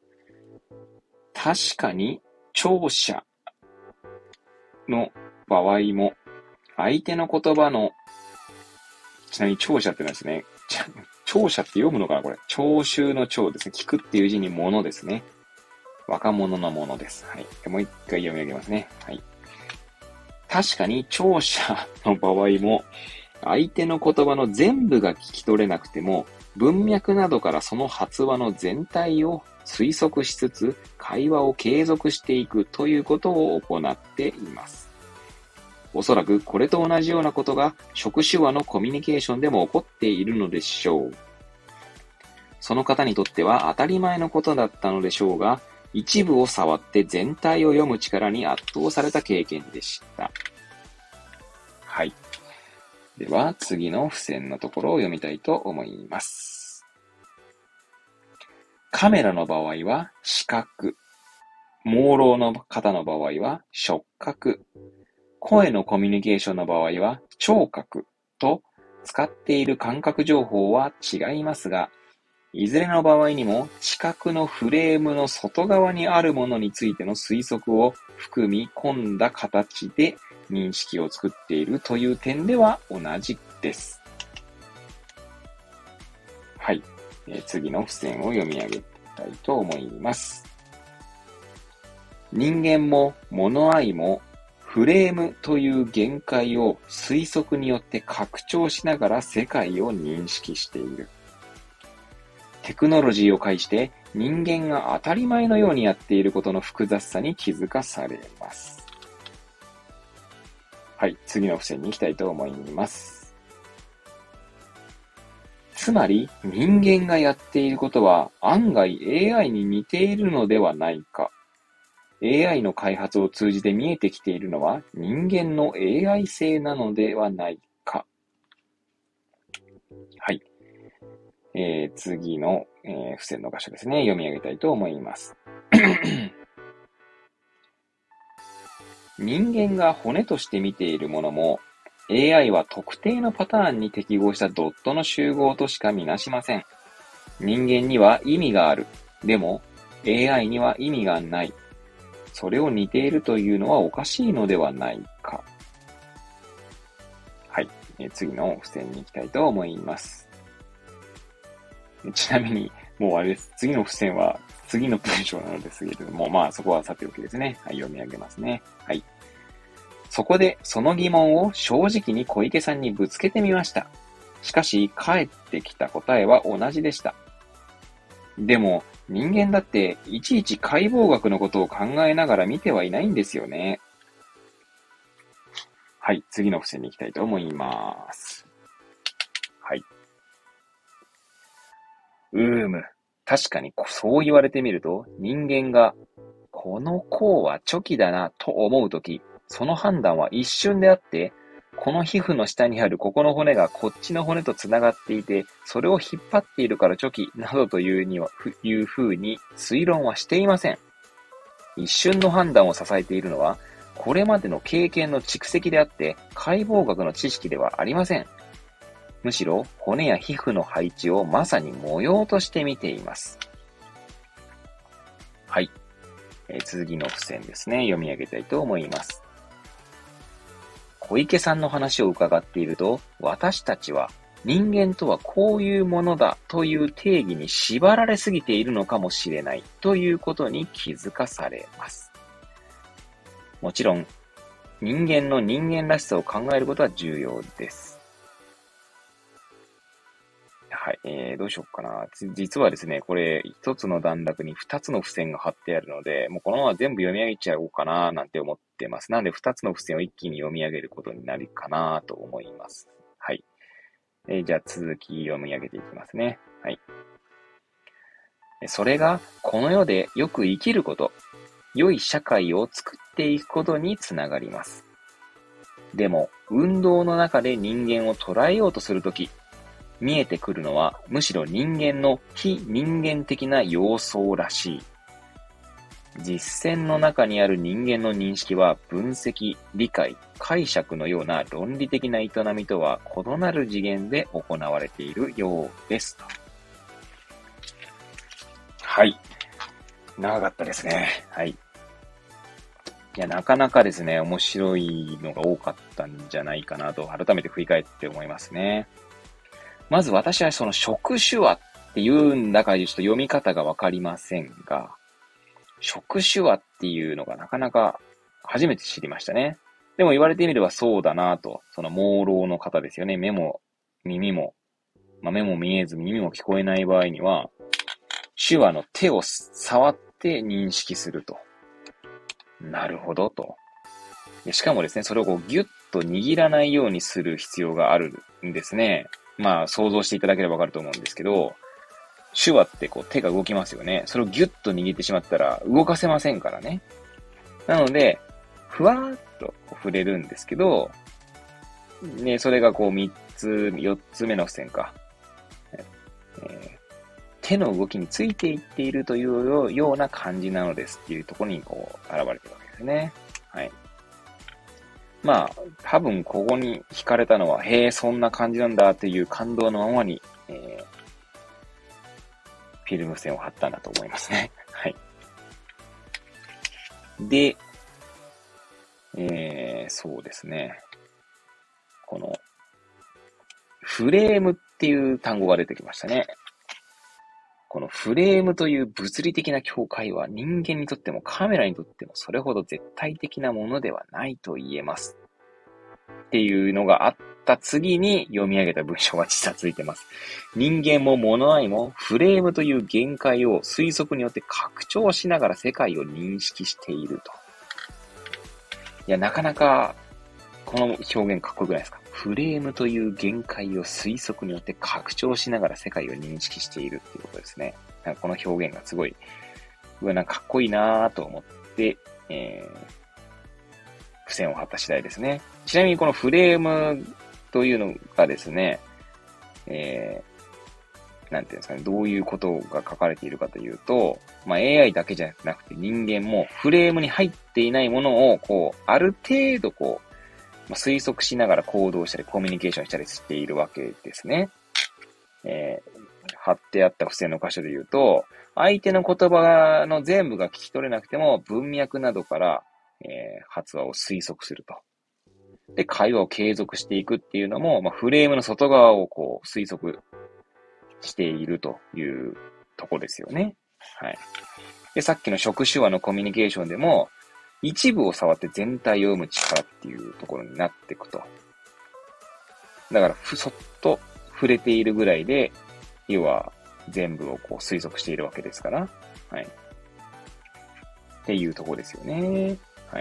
確かに聴者の場合も相手の言葉の、ちなみに聴者ってのはですね、聴者って読むのかなこれ。聴衆の聴ですね。聞くっていう字に物ですね。若者のものです。はい。もう一回読み上げますね。はい。確かに聴者の場合も、相手の言葉の全部が聞き取れなくても、文脈などからその発話の全体を推測しつつ、会話を継続していくということを行っています。おそらくこれと同じようなことが触手話のコミュニケーションでも起こっているのでしょう。その方にとっては当たり前のことだったのでしょうが、一部を触って全体を読む力に圧倒された経験でした。はい。では、次の付箋のところを読みたいと思います。カメラの場合は視覚。 朦朧の方の場合は触覚、声のコミュニケーションの場合は聴覚と使っている感覚情報は違いますが、いずれの場合にも知覚のフレームの外側にあるものについての推測を含み込んだ形で認識を作っているという点では同じです。はい。次の付箋を読み上げたいと思います。人間も物合いもフレームという限界を推測によって拡張しながら世界を認識している。テクノロジーを介して人間が当たり前のようにやっていることの複雑さに気づかされます。はい、次の付箋に行きたいと思います。つまり人間がやっていることは案外 AI に似ているのではないか。AI の開発を通じて見えてきているのは人間の AI 性なのではないか。はい。次の、付箋の箇所ですね。読み上げたいと思います。人間が骨として見ているものも AI は特定のパターンに適合したドットの集合としかみなしません。人間には意味がある。でも AI には意味がない。それを似ているというのはおかしいのではないか。はい。次の付箋に行きたいと思います。ちなみに、もうあれです。次の付箋は次の文章なのですけれども、まあそこはさておきですね。はい、読み上げますね。はい。そこでその疑問を正直に小池さんにぶつけてみました。しかし返ってきた答えは同じでした。でも人間だっていちいち解剖学のことを考えながら見てはいないんですよね。はい、次の付箋に行きたいと思います。はい。確かにそう言われてみると、人間が、この項はチョキだなと思うとき、その判断は一瞬であって、この皮膚の下にあるここの骨がこっちの骨と繋がっていて、それを引っ張っているからチョキなどというふうに推論はしていません。一瞬の判断を支えているのは、これまでの経験の蓄積であって、解剖学の知識ではありません。むしろ骨や皮膚の配置をまさに模様として見ています。はい。次の付箋ですね。読み上げたいと思います。小池さんの話を伺っていると、私たちは人間とはこういうものだという定義に縛られすぎているのかもしれないということに気づかされます。もちろん、人間の人間らしさを考えることは重要です。はい、どうしようかな。実はですね、これ、一つの段落に二つの付箋が貼ってあるので、もうこのまま全部読み上げちゃおうかな、なんて思ってます。なんで二つの付箋を一気に読み上げることになるかなと思います。はい。じゃあ続き読み上げていきますね。はい。それが、この世でよく生きること、良い社会を作っていくことにつながります。でも、運動の中で人間を捉えようとするとき、見えてくるのはむしろ人間の非人間的な様相らしい。実践の中にある人間の認識は分析、理解、解釈のような論理的な営みとは異なる次元で行われているようですと。はい。長かったですね。はい。いや、なかなかですね、面白いのが多かったんじゃないかなと改めて振り返って思いますね。まず私はその触手話っていうんだかちょっと読み方がわかりませんが、触手話っていうのがなかなか初めて知りましたね。でも言われてみればそうだなと、その朦朧の方ですよね。目も耳も、目も見えず耳も聞こえない場合には、手話の手を触って認識すると。なるほどと。しかもですね、それをこうギュッと握らないようにする必要があるんですね。想像していただければわかると思うんですけど、手話ってこう手が動きますよね。それをギュッと握ってしまったら動かせませんからね。なので、ふわーっと触れるんですけど、ね、それがこう4つ目の付箋か。 手の動きについていっているというような感じなのですっていうところにこう、現れてるわけですね。はい。まあ、多分ここに惹かれたのは、へえ、そんな感じなんだっていう感動のままに、フィルム線を貼ったんだと思いますね。はい。で、そうですね。この、フレームっていう単語が出てきましたね。このフレームという物理的な境界は人間にとってもカメラにとってもそれほど絶対的なものではないと言えます。っていうのがあった次に読み上げた文章が実はついてます。人間も物合いもフレームという限界を推測によって拡張しながら世界を認識していると。いや、なかなかこの表現かっこよくないですか？フレームという限界を推測によって拡張しながら世界を認識しているっていうことですね。なんかこの表現がすごい、なんかかっこいいなぁと思って、付箋を貼った次第ですね。ちなみにこのフレームというのがですね、なんていうんですかね、どういうことが書かれているかというと、まあ、AI だけじゃなくて人間もフレームに入っていないものを、こう、ある程度こう、推測しながら行動したりコミュニケーションしたりしているわけですね。貼ってあった付箋の箇所で言うと、相手の言葉の全部が聞き取れなくても文脈などから、発話を推測すると。で、会話を継続していくっていうのも、フレームの外側をこう推測しているというとこですよね。はい。で、さっきの触手話のコミュニケーションでも、一部を触って全体を読む力っていうところになっていくと。だから、そっと触れているぐらいで、要は全部をこう推測しているわけですから、はい。っていうところですよね。はい。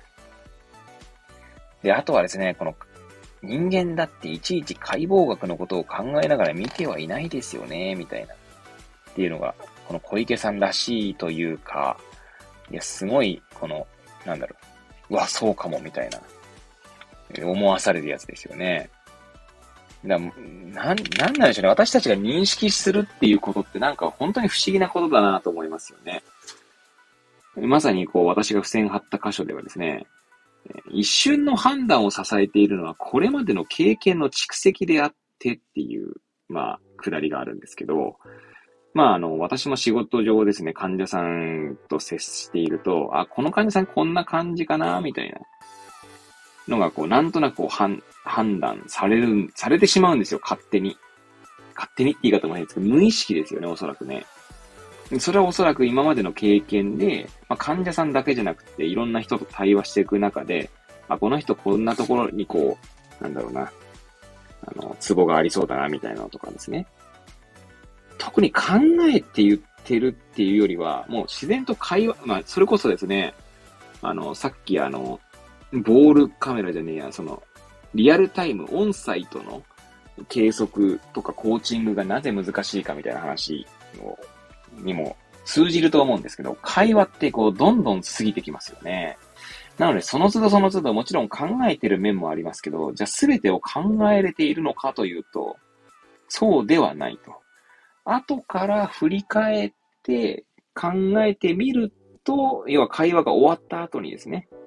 で、あとはですね、この人間だっていちいち解剖学のことを考えながら見てはいないですよね、みたいな。っていうのが、この小池さんらしいというか、いや、すごい、この、なんだろう、うわ、そうかも、みたいな、思わされるやつですよね。なんでしょうね。私たちが認識するっていうことってなんか本当に不思議なことだなと思いますよね。まさにこう私が付箋貼った箇所ではですね、一瞬の判断を支えているのはこれまでの経験の蓄積であってっていう、くだりがあるんですけど、私も仕事上ですね、患者さんと接していると、あ、この患者さんこんな感じかな、みたいなのが、こう、なんとなくこう判断されてしまうんですよ、勝手に。勝手にって言い方も変ですけど、無意識ですよね、おそらくね。それはおそらく今までの経験で、患者さんだけじゃなくて、いろんな人と対話していく中で、この人こんなところにこう、なんだろうな、ツボがありそうだな、みたいなのとかですね。特に考えて言ってるっていうよりは、もう自然と会話、それこそですね、さっきボールカメラじゃねえや、リアルタイム、オンサイトの計測とかコーチングがなぜ難しいかみたいな話にも通じると思うんですけど、会話ってこう、どんどん過ぎてきますよね。なので、その都度その都度もちろん考えてる面もありますけど、じゃあ全てを考えれているのかというと、そうではないと。後から振り返って考えてみると、要は会話が終わった後にですね、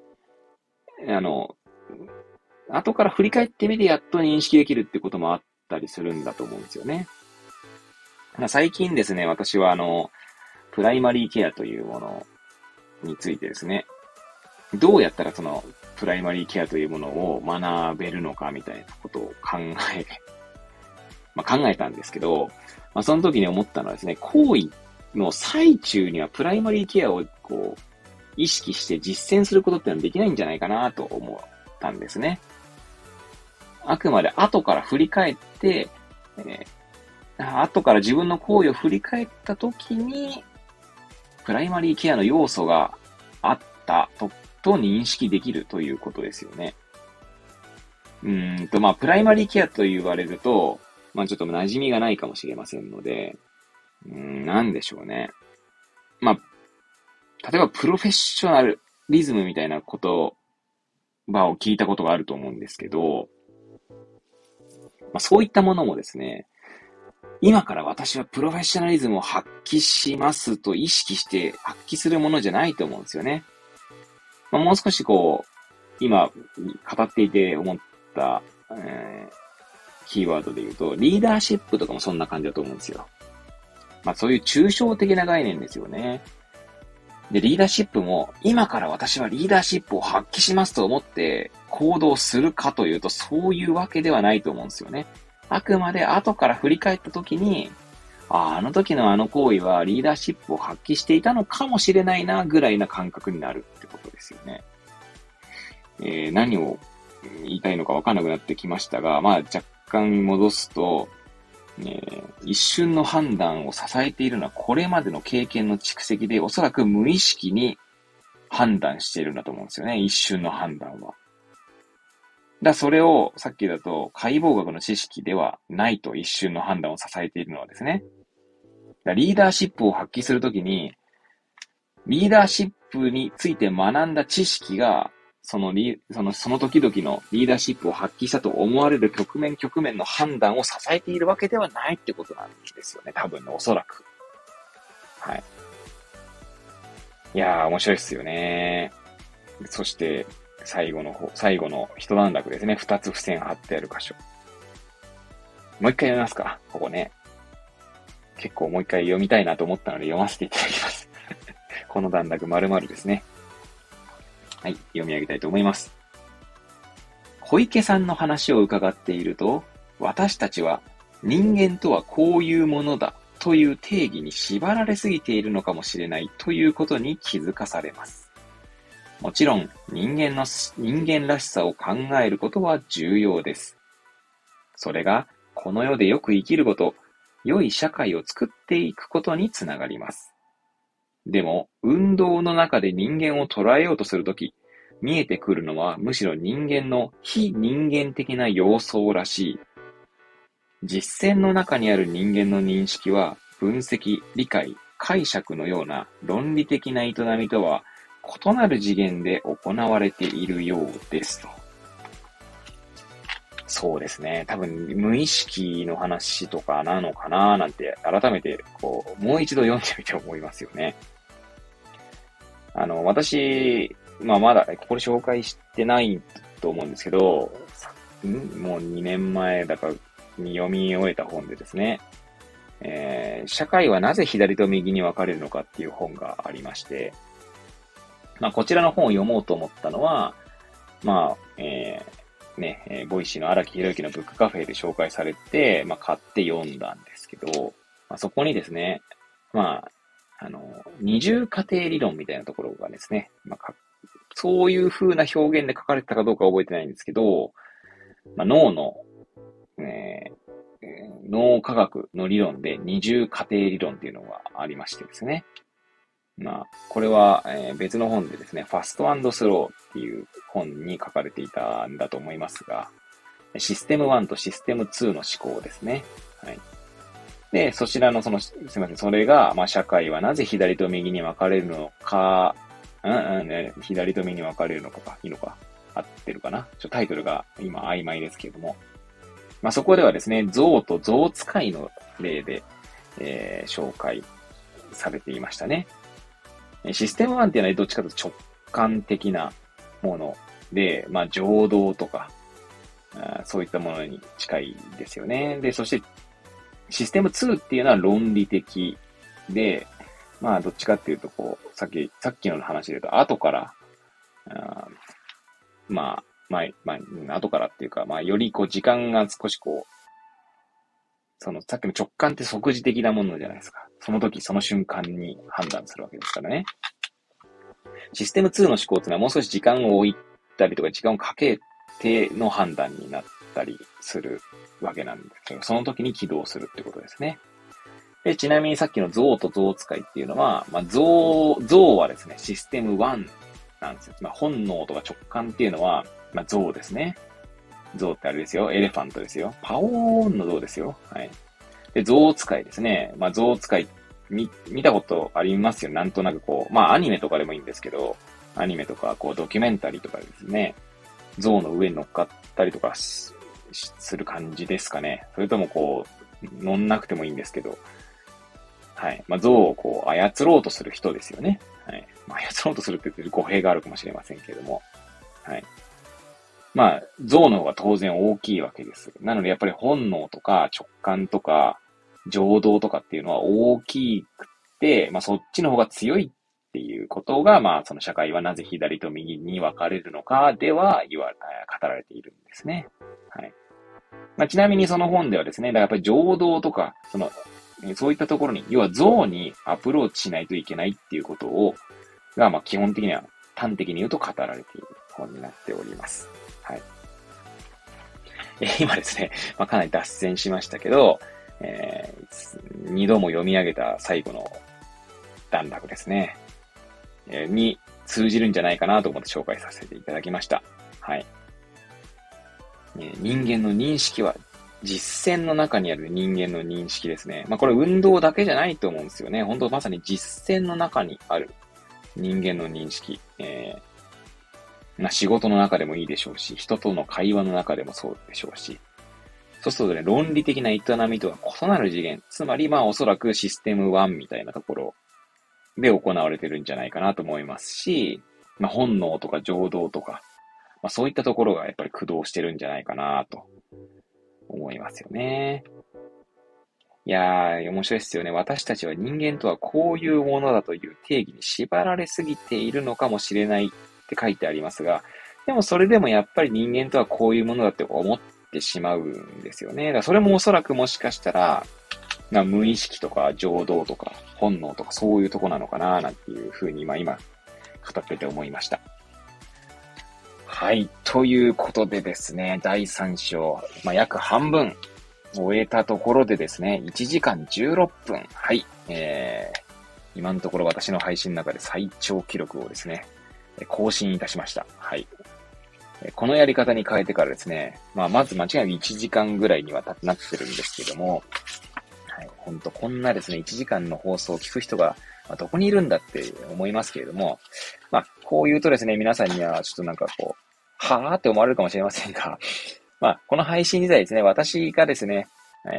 後から振り返ってみてやっと認識できるってこともあったりするんだと思うんですよね。最近ですね、私はプライマリーケアというものについてですね、どうやったらそのプライマリーケアというものを学べるのかみたいなことを考えたんですけど、その時に思ったのはですね、行為の最中にはプライマリーケアをこう、意識して実践することってのはできないんじゃないかなと思ったんですね。あくまで後から振り返って、後から自分の行為を振り返った時に、プライマリーケアの要素があったと認識できるということですよね。プライマリーケアと言われると、ちょっと馴染みがないかもしれませんので、なんでしょうね。例えばプロフェッショナリズムみたいな言葉を聞いたことがあると思うんですけど、そういったものもですね、 今から私はプロフェッショナリズムを発揮しますと意識して発揮するものじゃないと思うんですよね。もう少し今語っていて思った、キーワードで言うと、リーダーシップとかもそんな感じだと思うんですよ。そういう抽象的な概念ですよね。で、リーダーシップも、今から私はリーダーシップを発揮しますと思って行動するかというと、そういうわけではないと思うんですよね。あくまで後から振り返った時に、あの時のあの行為はリーダーシップを発揮していたのかもしれないな、ぐらいな感覚になるってことですよね。何を言いたいのか分かんなくなってきましたが、若干戻すと、一瞬の判断を支えているのはこれまでの経験の蓄積でおそらく無意識に判断しているんだと思うんですよね。一瞬の判断は。それをさっきだと解剖学の知識ではないと一瞬の判断を支えているのはですね。リーダーシップを発揮するときに、リーダーシップについて学んだ知識がその時々のリーダーシップを発揮したと思われる局面の判断を支えているわけではないってことなんですよね。多分ね、おそらく。はい。いやー、面白いっすよね。そして、最後の一段落ですね。二つ付箋貼ってある箇所。もう一回読みますか、ここね。結構もう一回読みたいなと思ったので読ませていただきます。この段落丸々ですね。はい、読み上げたいと思います。小池さんの話を伺っていると、私たちは人間とはこういうものだという定義に縛られすぎているのかもしれないということに気づかされます。もちろん人間らしさを考えることは重要です。それがこの世でよく生きること、良い社会を作っていくことにつながります。でも、運動の中で人間を捉えようとするとき、見えてくるのはむしろ人間の非人間的な様相らしい。実践の中にある人間の認識は、分析、理解、解釈のような論理的な営みとは異なる次元で行われているようですと。そうですね。多分無意識の話とかなのかななんて改めてもう一度読んでみて思いますよね。私、まだこれ紹介してないと思うんですけど、もう2年前だかに読み終えた本でですね、社会はなぜ左と右に分かれるのかっていう本がありまして、こちらの本を読もうと思ったのは、ボイシーの荒木博之のブックカフェで紹介されて、買って読んだんですけど、そこにですね、二重過程理論みたいなところがですね、そういう風な表現で書かれてたかどうか覚えてないんですけど、脳の、脳科学の理論で二重過程理論っていうのがありましてですね。これは、別の本でですね、ファスト&スローっていう本に書かれていたんだと思いますが、システム1とシステム2の思考ですね。はい。で、そちらのすいません、それが、社会はなぜ左と右に分かれるのか、左と右に分かれるのかいいのか、合ってるかなタイトルが今曖昧ですけれども。そこではですね、象と象使いの例で、紹介されていましたね。システム1っていうのはどっちかというと直感的なもので、情動とか、そういったものに近いですよね。で、そして、システム2っていうのは論理的で、どっちかっていうと、さっきの話で言うと、後から、後からっていうか、より時間が少しさっきの直感って即時的なものじゃないですか。その時、その瞬間に判断するわけですからね。システム2の思考っていうのはもう少し時間を置いたりとか、時間をかけての判断になったりするわけなんですけど、その時に起動するってことですね。で、ちなみにさっきの象と象使いっていうのは、象はですね、システム1なんですよ。本能とか直感っていうのは、象ですね。象ってあれですよ。エレファントですよ。パオーンの象ですよ。はい。で、象使いですね。象使い、見たことありますよ。なんとなくアニメとかでもいいんですけど、アニメとか、ドキュメンタリーとかですね、象の上に乗っかったりとかする感じですかね。それとも乗んなくてもいいんですけど、はい。まあ、象をこう、操ろうとする人ですよね。はい。まあ、操ろうとするって言って語弊があるかもしれませんけれども、はい。まあ、象の方が当然大きいわけです。なので、やっぱり本能とか直感とか、情動とかっていうのは大きくて、まあ、そっちの方が強いっていうことが、まあ、その社会はなぜ左と右に分かれるのかでは語られているんですね。はい。まあ、ちなみにその本ではですね、だからやっぱり情動とか、そういったところに、要は象にアプローチしないといけないっていうことが、まあ基本的には端的に言うと語られている本になっております。はい。今ですね、まあ、かなり脱線しましたけど、二度も読み上げた最後の段落ですね、に通じるんじゃないかなと思って紹介させていただきました。はい。人間の認識は実践の中にある人間の認識ですね。まあこれ運動だけじゃないと思うんですよね。本当まさに実践の中にある人間の認識。まあ仕事の中でもいいでしょうし、人との会話の中でもそうでしょうし。そうするとね、論理的な営みとは異なる次元。つまりまあおそらくシステム1みたいなところで行われてるんじゃないかなと思いますし、まあ本能とか情動とか、まあそういったところがやっぱり駆動してるんじゃないかなと思いますよね。いやー、面白いですよね。私たちは人間とはこういうものだという定義に縛られすぎているのかもしれないって書いてありますが、でもそれでもやっぱり人間とはこういうものだって思ってしまうんですよね。だからそれもおそらくもしかしたら、無意識とか情動とか本能とかそういうとこなのかななんていうふうに今語ってて思いました。はい。ということでですね、第3章、約半分終えたところでですね、1時間16分。はい。今のところ私の配信の中で最長記録をですね、更新いたしました。はい。このやり方に変えてからですね、まず間違いなく1時間ぐらいにはなってるんですけども、はい。ほんと、こんなですね、1時間の放送を聞く人が、どこにいるんだって思いますけれども、こう言うとですね、皆さんにはちょっとなんかこう、はぁって思われるかもしれませんが、この配信自体ですね、私がですね、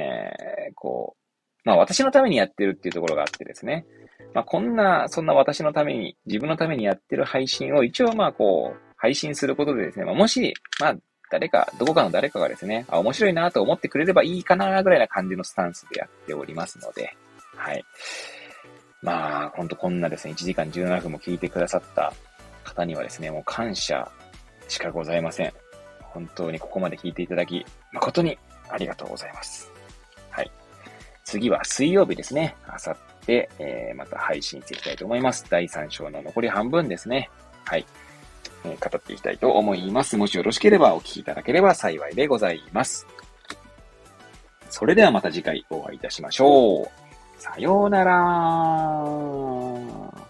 私のためにやってるっていうところがあってですね、そんな私のために、自分のためにやってる配信を一応配信することでですね、もし、どこかの誰かがですね、面白いなと思ってくれればいいかなぐらいな感じのスタンスでやっておりますので、はい。ほんとこんなですね、1時間17分も聞いてくださった方にはですね、もう感謝しかございません。本当にここまで聞いていただき、誠にありがとうございます。はい。次は水曜日ですね。あさって、また配信していきたいと思います。第3章の残り半分ですね。はい。語っていきたいと思います。もしよろしければお聞きいただければ幸いでございます。それではまた次回お会いいたしましょう。さようなら。